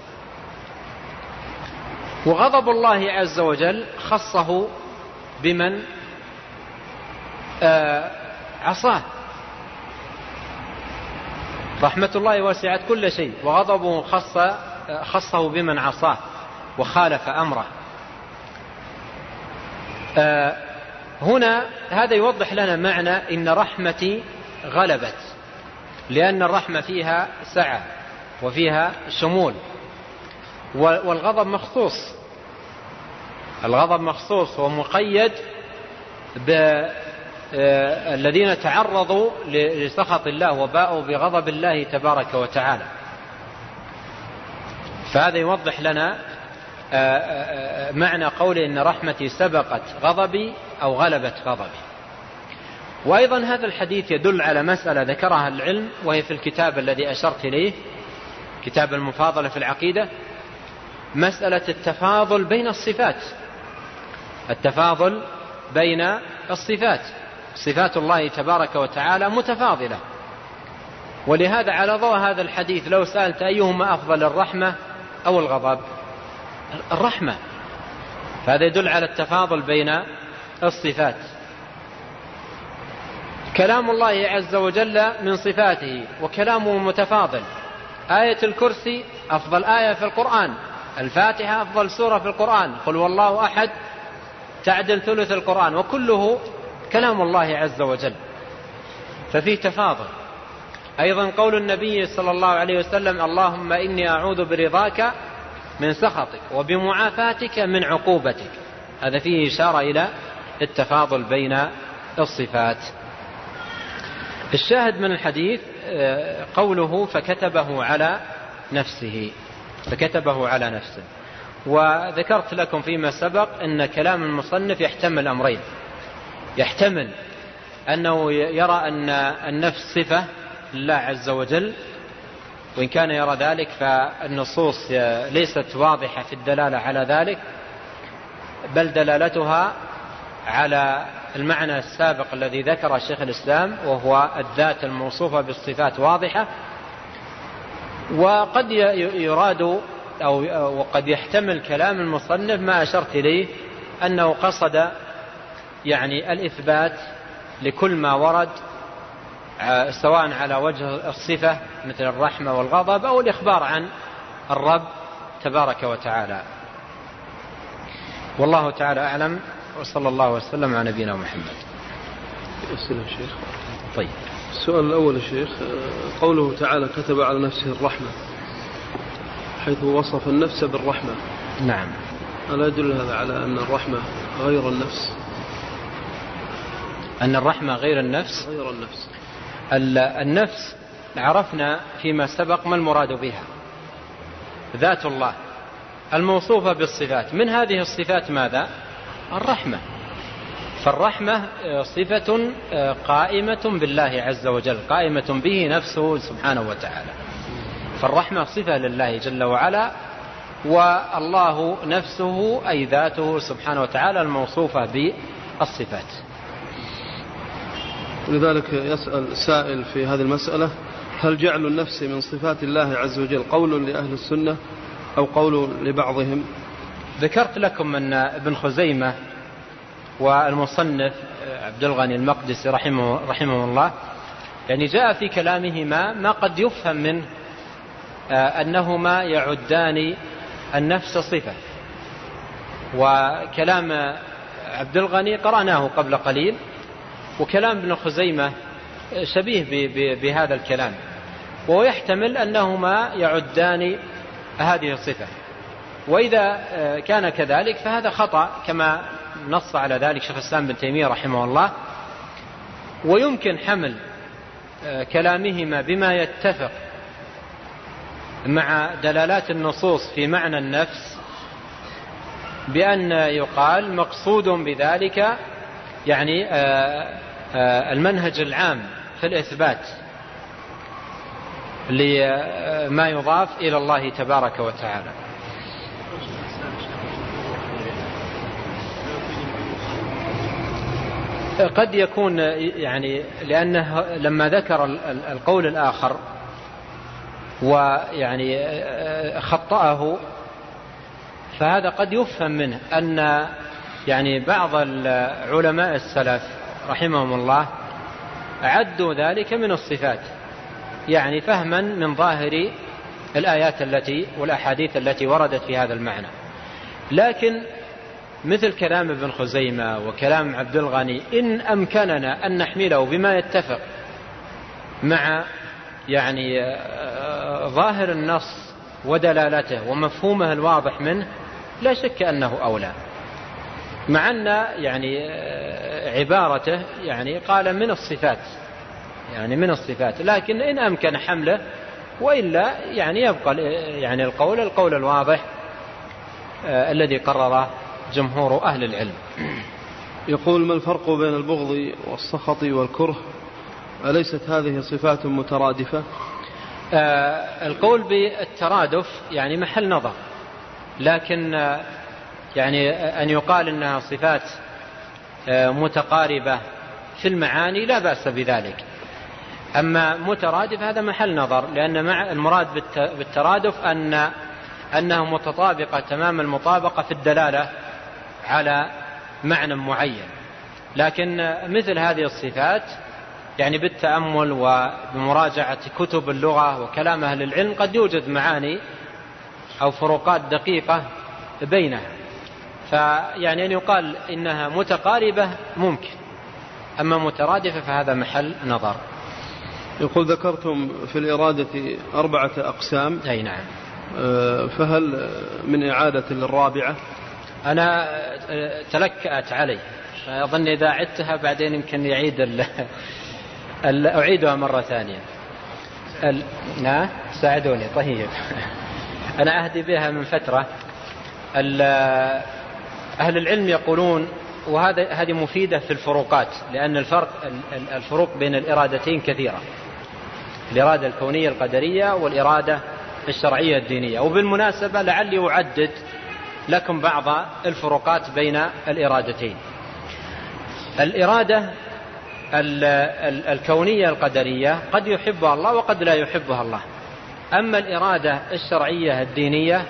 وغضب الله عز وجل خصه بمن عصاه. رحمة الله وسعت كل شيء، وغضبه خصه بمن عصاه وخالف أمره. هنا هذا يوضح لنا معنى إن رحمتي غلبت، لأن الرحمة فيها سعة وفيها شمول، والغضب مخصوص. الغضب مخصوص ومقيد بالذين تعرضوا لسخط الله وباءوا بغضب الله تبارك وتعالى. فهذا يوضح لنا معنى قوله إن رحمتي سبقت غضبي أو غلبت غضبي. وأيضا هذا الحديث يدل على مسألة ذكرها العلم، وهي في الكتاب الذي أشرت إليه، كتاب المفاضلة في العقيدة، مسألة التفاضل بين الصفات. التفاضل بين الصفات، صفات الله تبارك وتعالى متفاضلة. ولهذا على ضوء هذا الحديث لو سألت أيهما أفضل، الرحمة أو الغضب؟ الرحمة. فهذا يدل على التفاضل بين الصفات. كلام الله عز وجل من صفاته وكلامه متفاضل. آية الكرسي أفضل آية في القرآن، الفاتحة أفضل سورة في القرآن، قل والله أحد تعدل ثلث القرآن، وكله كلام الله عز وجل، ففيه تفاضل. أيضا قول النبي صلى الله عليه وسلم اللهم إني أعوذ برضاك من سخطك وبمعافاتك من عقوبتك، هذا فيه إشارة إلى التفاضل بين الصفات. الشاهد من الحديث قوله فكتبه على نفسه، فكتبه على نفسه. وذكرت لكم فيما سبق أن كلام المصنف يحتمل أمرين: يحتمل أنه يرى أن النفس صفة لله عز وجل، وإن كان يرى ذلك فالنصوص ليست واضحة في الدلالة على ذلك، بل دلالتها على المعنى السابق الذي ذكر شيخ الإسلام، وهو الذات الموصوفة بالصفات واضحة. وقد يراد أو وقد يحتمل كلام المصنف ما أشرت إليه، أنه قصد يعني الإثبات لكل ما ورد، سواء على وجه الصفة مثل الرحمة والغضب، أو الإخبار عن الرب تبارك وتعالى. والله تعالى أعلم، وصلى الله وسلم على نبينا محمد. أسئلة يا شيخ. طيب، السؤال الأول يا شيخ، قوله تعالى كتب على نفسه الرحمة، حيث وصف النفس بالرحمة. نعم. ألا يدل هذا على أن الرحمة غير النفس؟ أن الرحمة غير النفس؟ غير النفس. النفس عرفنا فيما سبق ما المراد بها، ذات الله الموصوفة بالصفات. من هذه الصفات ماذا؟ الرحمة. فالرحمة صفة قائمة بالله عز وجل، قائمة به نفسه سبحانه وتعالى. فالرحمة صفة لله جل وعلا، والله نفسه أي ذاته سبحانه وتعالى الموصوفة بالصفات. ولذلك يسأل سائل في هذه المسألة: هل جعل النفس من صفات الله عز وجل قول لأهل السنة أو قول لبعضهم؟ ذكرت لكم أن ابن خزيمة والمصنف عبد الغني المقدسي رحمه الله يعني جاء في كلامهما ما قد يفهم منه أنهما يعدان النفس صفة. وكلام عبد الغني قرأناه قبل قليل، وكلام ابن خزيمة شبيه بهذا الكلام، ويحتمل أنهما يعدان هذه الصفة. وإذا كان كذلك فهذا خطأ، كما نص على ذلك شيخ الإسلام بن تيمية رحمه الله. ويمكن حمل كلامهما بما يتفق مع دلالات النصوص في معنى النفس، بأن يقال مقصود بذلك يعني المنهج العام في الإثبات لما يضاف إلى الله تبارك وتعالى. قد يكون يعني لأنه لما ذكر القول الآخر ويعني خطأه، فهذا قد يفهم منه أن يعني بعض العلماء السلف رحمهم الله عدوا ذلك من الصفات، يعني فهما من ظاهر الآيات والأحاديث التي وردت في هذا المعنى. لكن مثل كلام ابن خزيمة وكلام عبد الغني إن أمكننا أن نحمله بما يتفق مع يعني ظاهر النص ودلالته ومفهومه الواضح منه لا شك أنه أولى، مع أن يعني عبارته يعني قال من الصفات، يعني من الصفات، لكن إن أمكن حمله، وإلا يعني يبقى يعني القول الواضح الذي قرره جمهور أهل العلم. يقول: ما الفرق بين البغض والسخط والكره؟ أليست هذه صفات مترادفة؟ القول بالترادف يعني محل نظر، لكن يعني أن يقال أنها صفات متقاربة في المعاني لا بأس بذلك. أما مترادف هذا محل نظر، لأن مع المراد بالترادف أنها متطابقة تمام المطابقة في الدلالة على معنى معين. لكن مثل هذه الصفات يعني بالتأمل وبمراجعة كتب اللغة وكلام أهل العلم قد يوجد معاني أو فروقات دقيقة بينها، فيعني أن يقال إنها متقاربة ممكن، أما مترادفة فهذا محل نظر. يقول: ذكرتم في الإرادة 4 أقسام. أي نعم. فهل من إعادة للرابعة؟ أنا تلكأت علي، فأظن إذا عدتها بعدين يمكن يعيد أعيدها مرة ثانية. نعم ساعدوني. طيب أنا أهدي بها من فترة. أهل العلم يقولون، وهذه مفيدة في الفروقات، لأن الفروق بين الإرادتين كثيرة، الإرادة الكونية القدرية والإرادة الشرعية الدينية. وبالمناسبة لعلي أعدد لكم بعض الفروقات بين الإرادتين. الإرادة الكونية القدرية قد يحبها الله وقد لا يحبها الله. أما الإرادة الشرعية الدينية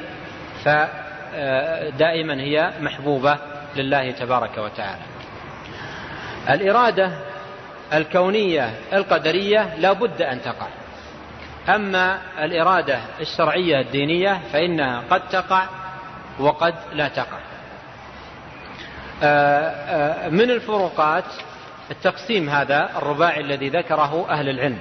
فدائما هي محبوبة لله تبارك وتعالى. الإرادة الكونية القدرية لا بد أن تقع، أما الإرادة الشرعية الدينية فإنها قد تقع وقد لا تقع. من الفروقات التقسيم هذا الرباعي الذي ذكره أهل العلم،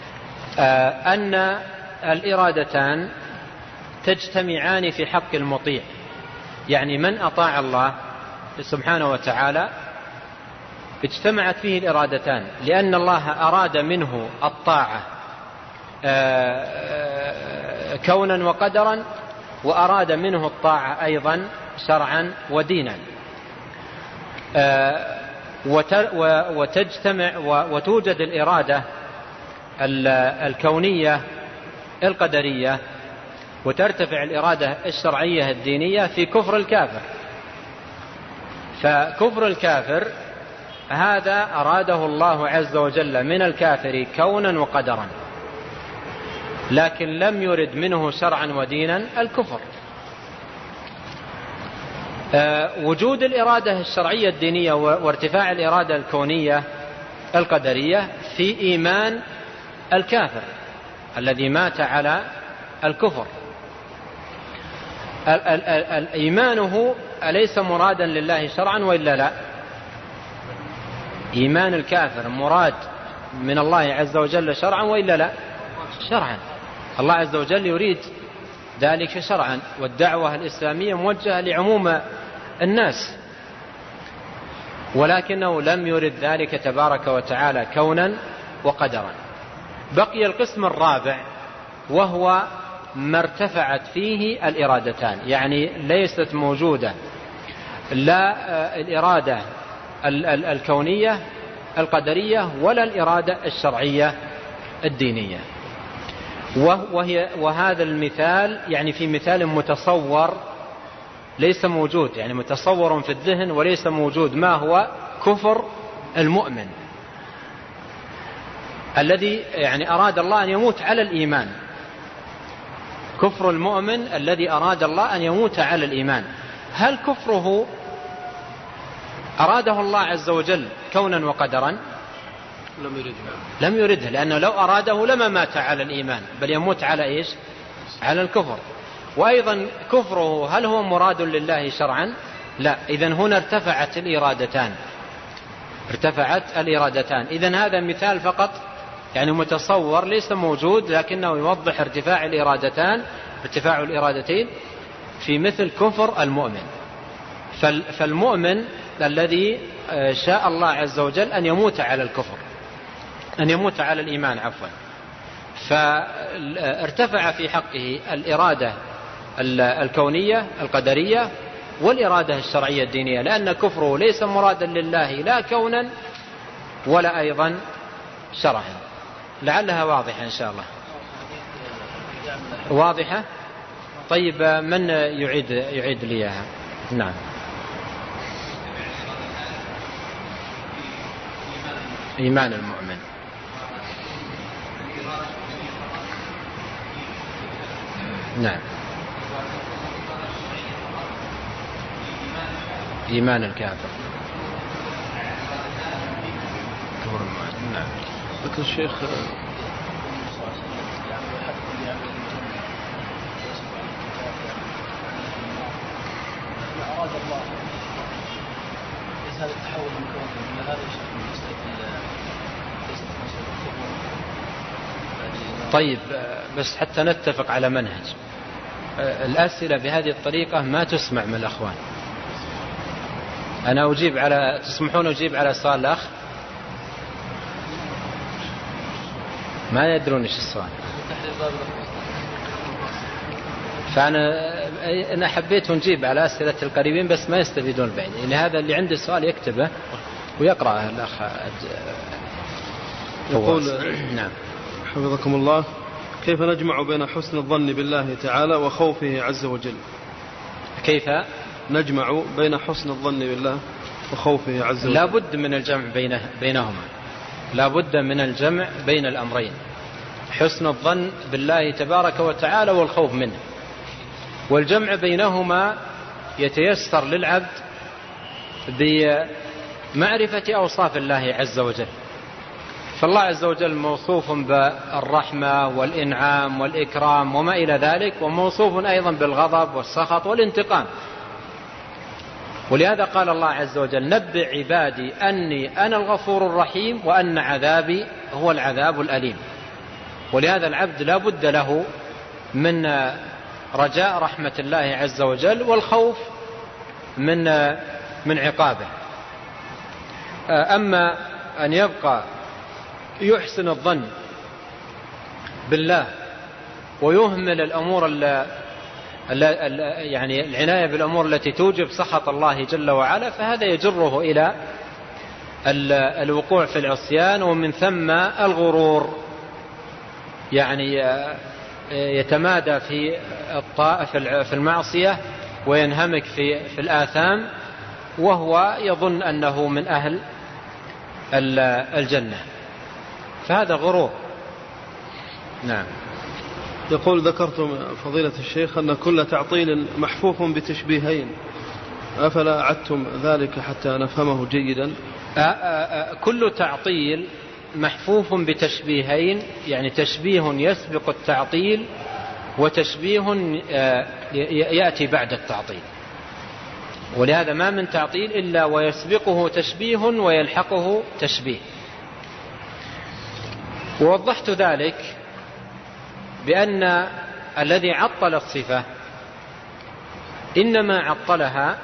أن الإرادتان تجتمعان في حق المطيع، يعني من أطاع الله سبحانه وتعالى اجتمعت فيه الإرادتان، لأن الله أراد منه الطاعة كونا وقدرا، وأراد منه الطاعة أيضا شرعا ودينا. وتجتمع وتوجد الإرادة الكونية القدرية، وترتفع الإرادة الشرعية الدينية في كفر الكافر. فكفر الكافر هذا أراده الله عز وجل من الكافر كونا وقدرا، لكن لم يرد منه شرعا ودينا الكفر. وجود الإرادة الشرعية الدينية وارتفاع الإرادة الكونية القدرية في إيمان الكافر الذي مات على الكفر. إيمانه أليس مرادا لله شرعا وإلا لا؟ إيمان الكافر مراد من الله عز وجل شرعا وإلا لا؟ شرعا. الله عز وجل يريد ذلك شرعا، والدعوة الإسلامية موجهة لعموم الناس، ولكنه لم يرد ذلك تبارك وتعالى كونا وقدرا. بقي القسم الرابع، وهو ما ارتفعت فيه الإرادتان، يعني ليست موجودة لا الإرادة الكونية القدرية ولا الإرادة الشرعية الدينية. وهذا المثال يعني في مثال متصور ليس موجود، يعني متصور في الذهن وليس موجود، ما هو كفر المؤمن الذي يعني أراد الله أن يموت على الإيمان، كفر المؤمن الذي أراد الله أن يموت على الإيمان. هل كفره أراده الله عز وجل كونا وقدرا؟ لم يرده، لأنه لو أراده لما مات على الإيمان، بل يموت على إيش؟ على الكفر. وأيضا كفره هل هو مراد لله شرعا؟ لا. إذن هنا ارتفعت الإرادتان. إذن هذا مثال فقط يعني متصور ليس موجود، لكنه يوضح ارتفاع الإرادتين في مثل كفر المؤمن. فالمؤمن الذي شاء الله عز وجل أن يموت على الكفر، أن يموت على الإيمان عفوا، فارتفع في حقه الإرادة الكونية القدرية والإرادة الشرعية الدينية، لأن كفره ليس مرادا لله لا كونا ولا أيضا شرعا. لعلها واضحة إن شاء الله. واضحة؟ طيب من يعيد لي إياها؟ نعم. إيمان المؤمن. نعم. إيمان الكافر. نعم. لكن الشيخ أراد الله هذا التحول من كون هذا طيب بس حتى نتفق على منهج. الأسئلة بهذه الطريقة ما تسمع من الأخوان. أنا أجيب على، تسمحون أجيب على سؤال الأخ؟ ما يدرون إيش السؤال. فأنا حبيت نجيب على أسئلة القريبين بس ما يستفيدون البعيدين. لهذا اللي عنده سؤال يكتبه ويقرأه الأخ. يقول نعم حفظكم الله: كيف نجمع بين حسن الظن بالله تعالى وخوفه عز وجل؟ كيف نجمع بين حسن الظن بالله وخوفه عز وجل؟ لا بد من الجمع بينهما، لا بد من الجمع بين الأمرين، حسن الظن بالله تبارك وتعالى والخوف منه. والجمع بينهما يتيسر للعبد بمعرفة أوصاف الله عز وجل. فالله عز وجل موصوف بالرحمة والإنعام والإكرام وما إلى ذلك، وموصوف أيضا بالغضب والسخط والانتقام. ولهذا قال الله عز وجل: نبئ عبادي أني أنا الغفور الرحيم وأن عذابي هو العذاب الأليم. ولهذا العبد لا بد له من رجاء رحمة الله عز وجل والخوف من عقابه. أما أن يبقى يحسن الظن بالله ويهمل الأمور يعني العناية بالأمور التي توجب سخط الله جل وعلا، فهذا يجره إلى الوقوع في العصيان، ومن ثم الغرور، يعني يتمادى في المعصية وينهمك في الآثام، وهو يظن أنه من أهل الجنة، فهذا غرور. نعم. يقول: ذكرتم فضيلة الشيخ أن كل تعطيل محفوف بتشبيهين، أفلا أعدتم ذلك حتى نفهمه جيدا؟ كل تعطيل محفوف بتشبيهين، يعني تشبيه يسبق التعطيل وتشبيه يأتي بعد التعطيل. ولهذا ما من تعطيل إلا ويسبقه تشبيه ويلحقه تشبيه. ووضحت ذلك بأن الذي عطل الصفة إنما عطلها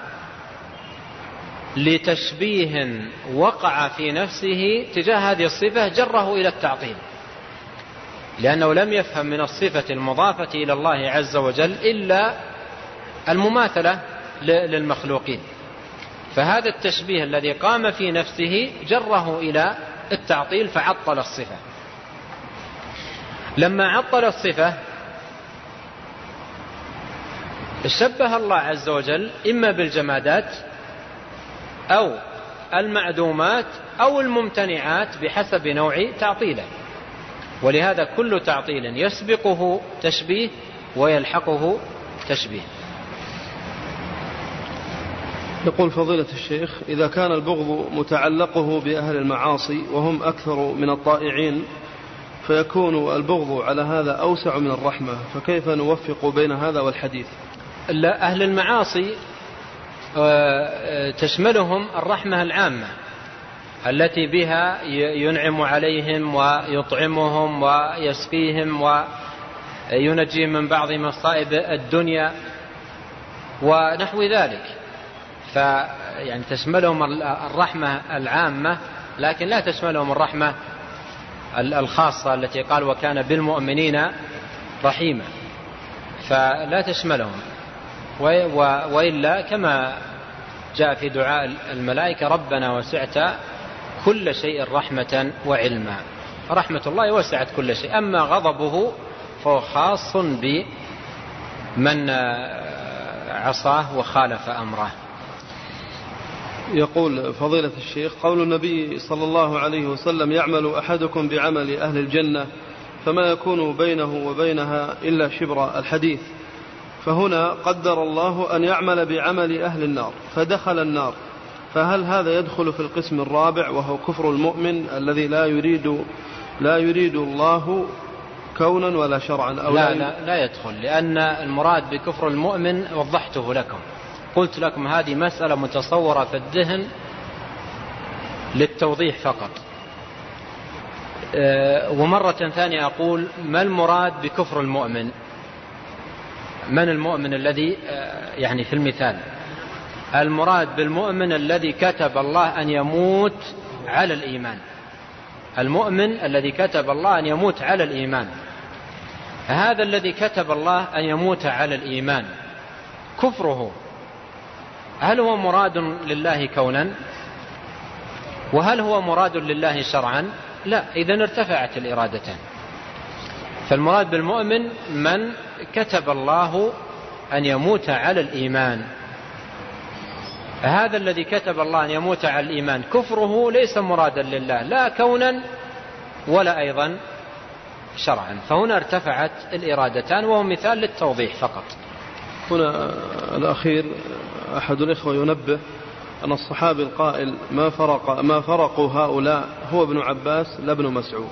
لتشبيه وقع في نفسه تجاه هذه الصفة جره إلى التعطيل، لأنه لم يفهم من الصفة المضافة إلى الله عز وجل إلا المماثلة للمخلوقين، فهذا التشبيه الذي قام في نفسه جره إلى التعطيل فعطل الصفة. لما عطل الصفة شبه الله عز وجل إما بالجمادات أو المعدومات أو الممتنعات بحسب نوع تعطيله. ولهذا كل تعطيل يسبقه تشبيه ويلحقه تشبيه. يقول فضيلة الشيخ: إذا كان البغض متعلقه بأهل المعاصي وهم أكثر من الطائعين فيكون البغض على هذا أوسع من الرحمة، فكيف نوفق بين هذا والحديث؟ أهل المعاصي تشملهم الرحمة العامة التي بها ينعم عليهم ويطعمهم ويسقيهم وينجيهم من بعض مصائب الدنيا ونحو ذلك. يعني تشملهم الرحمة العامة، لكن لا تشملهم الرحمة الخاصة التي قال وكان بالمؤمنين رحيما، فلا تشملهم. وإلا كما جاء في دعاء الملائكة: ربنا وسعت كل شيء رحمة وعلما. رحمة الله وسعت كل شيء، أما غضبه فهو خاص بمن عصاه وخالف أمره. يقول فضيلة الشيخ: قول النبي صلى الله عليه وسلم: يعمل أحدكم بعمل أهل الجنة فما يكون بينه وبينها إلا شبر الحديث، فهنا قدر الله أن يعمل بعمل أهل النار فدخل النار، فهل هذا يدخل في القسم الرابع وهو كفر المؤمن الذي لا يريد الله كونا ولا شرعا؟ أو لا يدخل، لأن المراد بكفر المؤمن وضحته لكم، قلت لكم هذه مسألة متصورة في الذهن للتوضيح فقط. ومرة ثانية أقول: ما المراد بكفر المؤمن؟ من المؤمن الذي يعني في المثال؟ المراد بالمؤمن الذي كتب الله أن يموت على الإيمان، المؤمن الذي كتب الله أن يموت على الإيمان. هذا الذي كتب الله أن يموت على الإيمان كفره هل هو مراد لله كونا؟ وهل هو مراد لله شرعا؟ لا، إذن ارتفعت الإرادتان. فالمراد بالمؤمن من كتب الله أن يموت على الإيمان. هذا الذي كتب الله أن يموت على الإيمان كفره ليس مرادا لله لا كونا ولا أيضا شرعا، فهنا ارتفعت الإرادتان، وهو مثال للتوضيح فقط. هنا الأخير أحد الإخوة ينبه أن الصحابي القائل ما فرقوا هؤلاء هو ابن عباس لا ابن مسعود.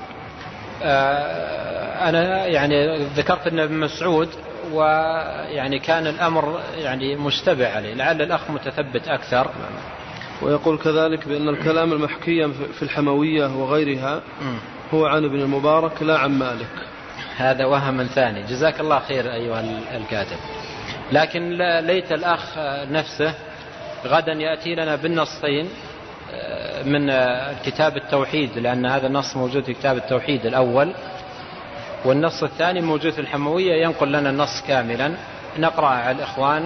أنا يعني ذكرت أن ابن مسعود، ويعني كان الأمر يعني مشتبه عليه، لعل الأخ متثبت أكثر. ويقول كذلك بأن الكلام المحكي في الحموية وغيرها هو عن ابن المبارك لا عن مالك. هذا وهم ثاني، جزاك الله خير أيها الكاتب. لكن ليت الأخ نفسه غدا يأتي لنا بالنصين من كتاب التوحيد، لأن هذا النص موجود في كتاب التوحيد الأول، والنص الثاني موجود في الحموية، ينقل لنا النص كاملا نقرأ على الإخوان.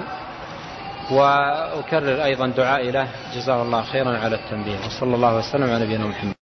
وأكرر أيضا دعائي له جزاه الله خيرا على التنبيه، وصلى الله وسلم على نبينا محمد.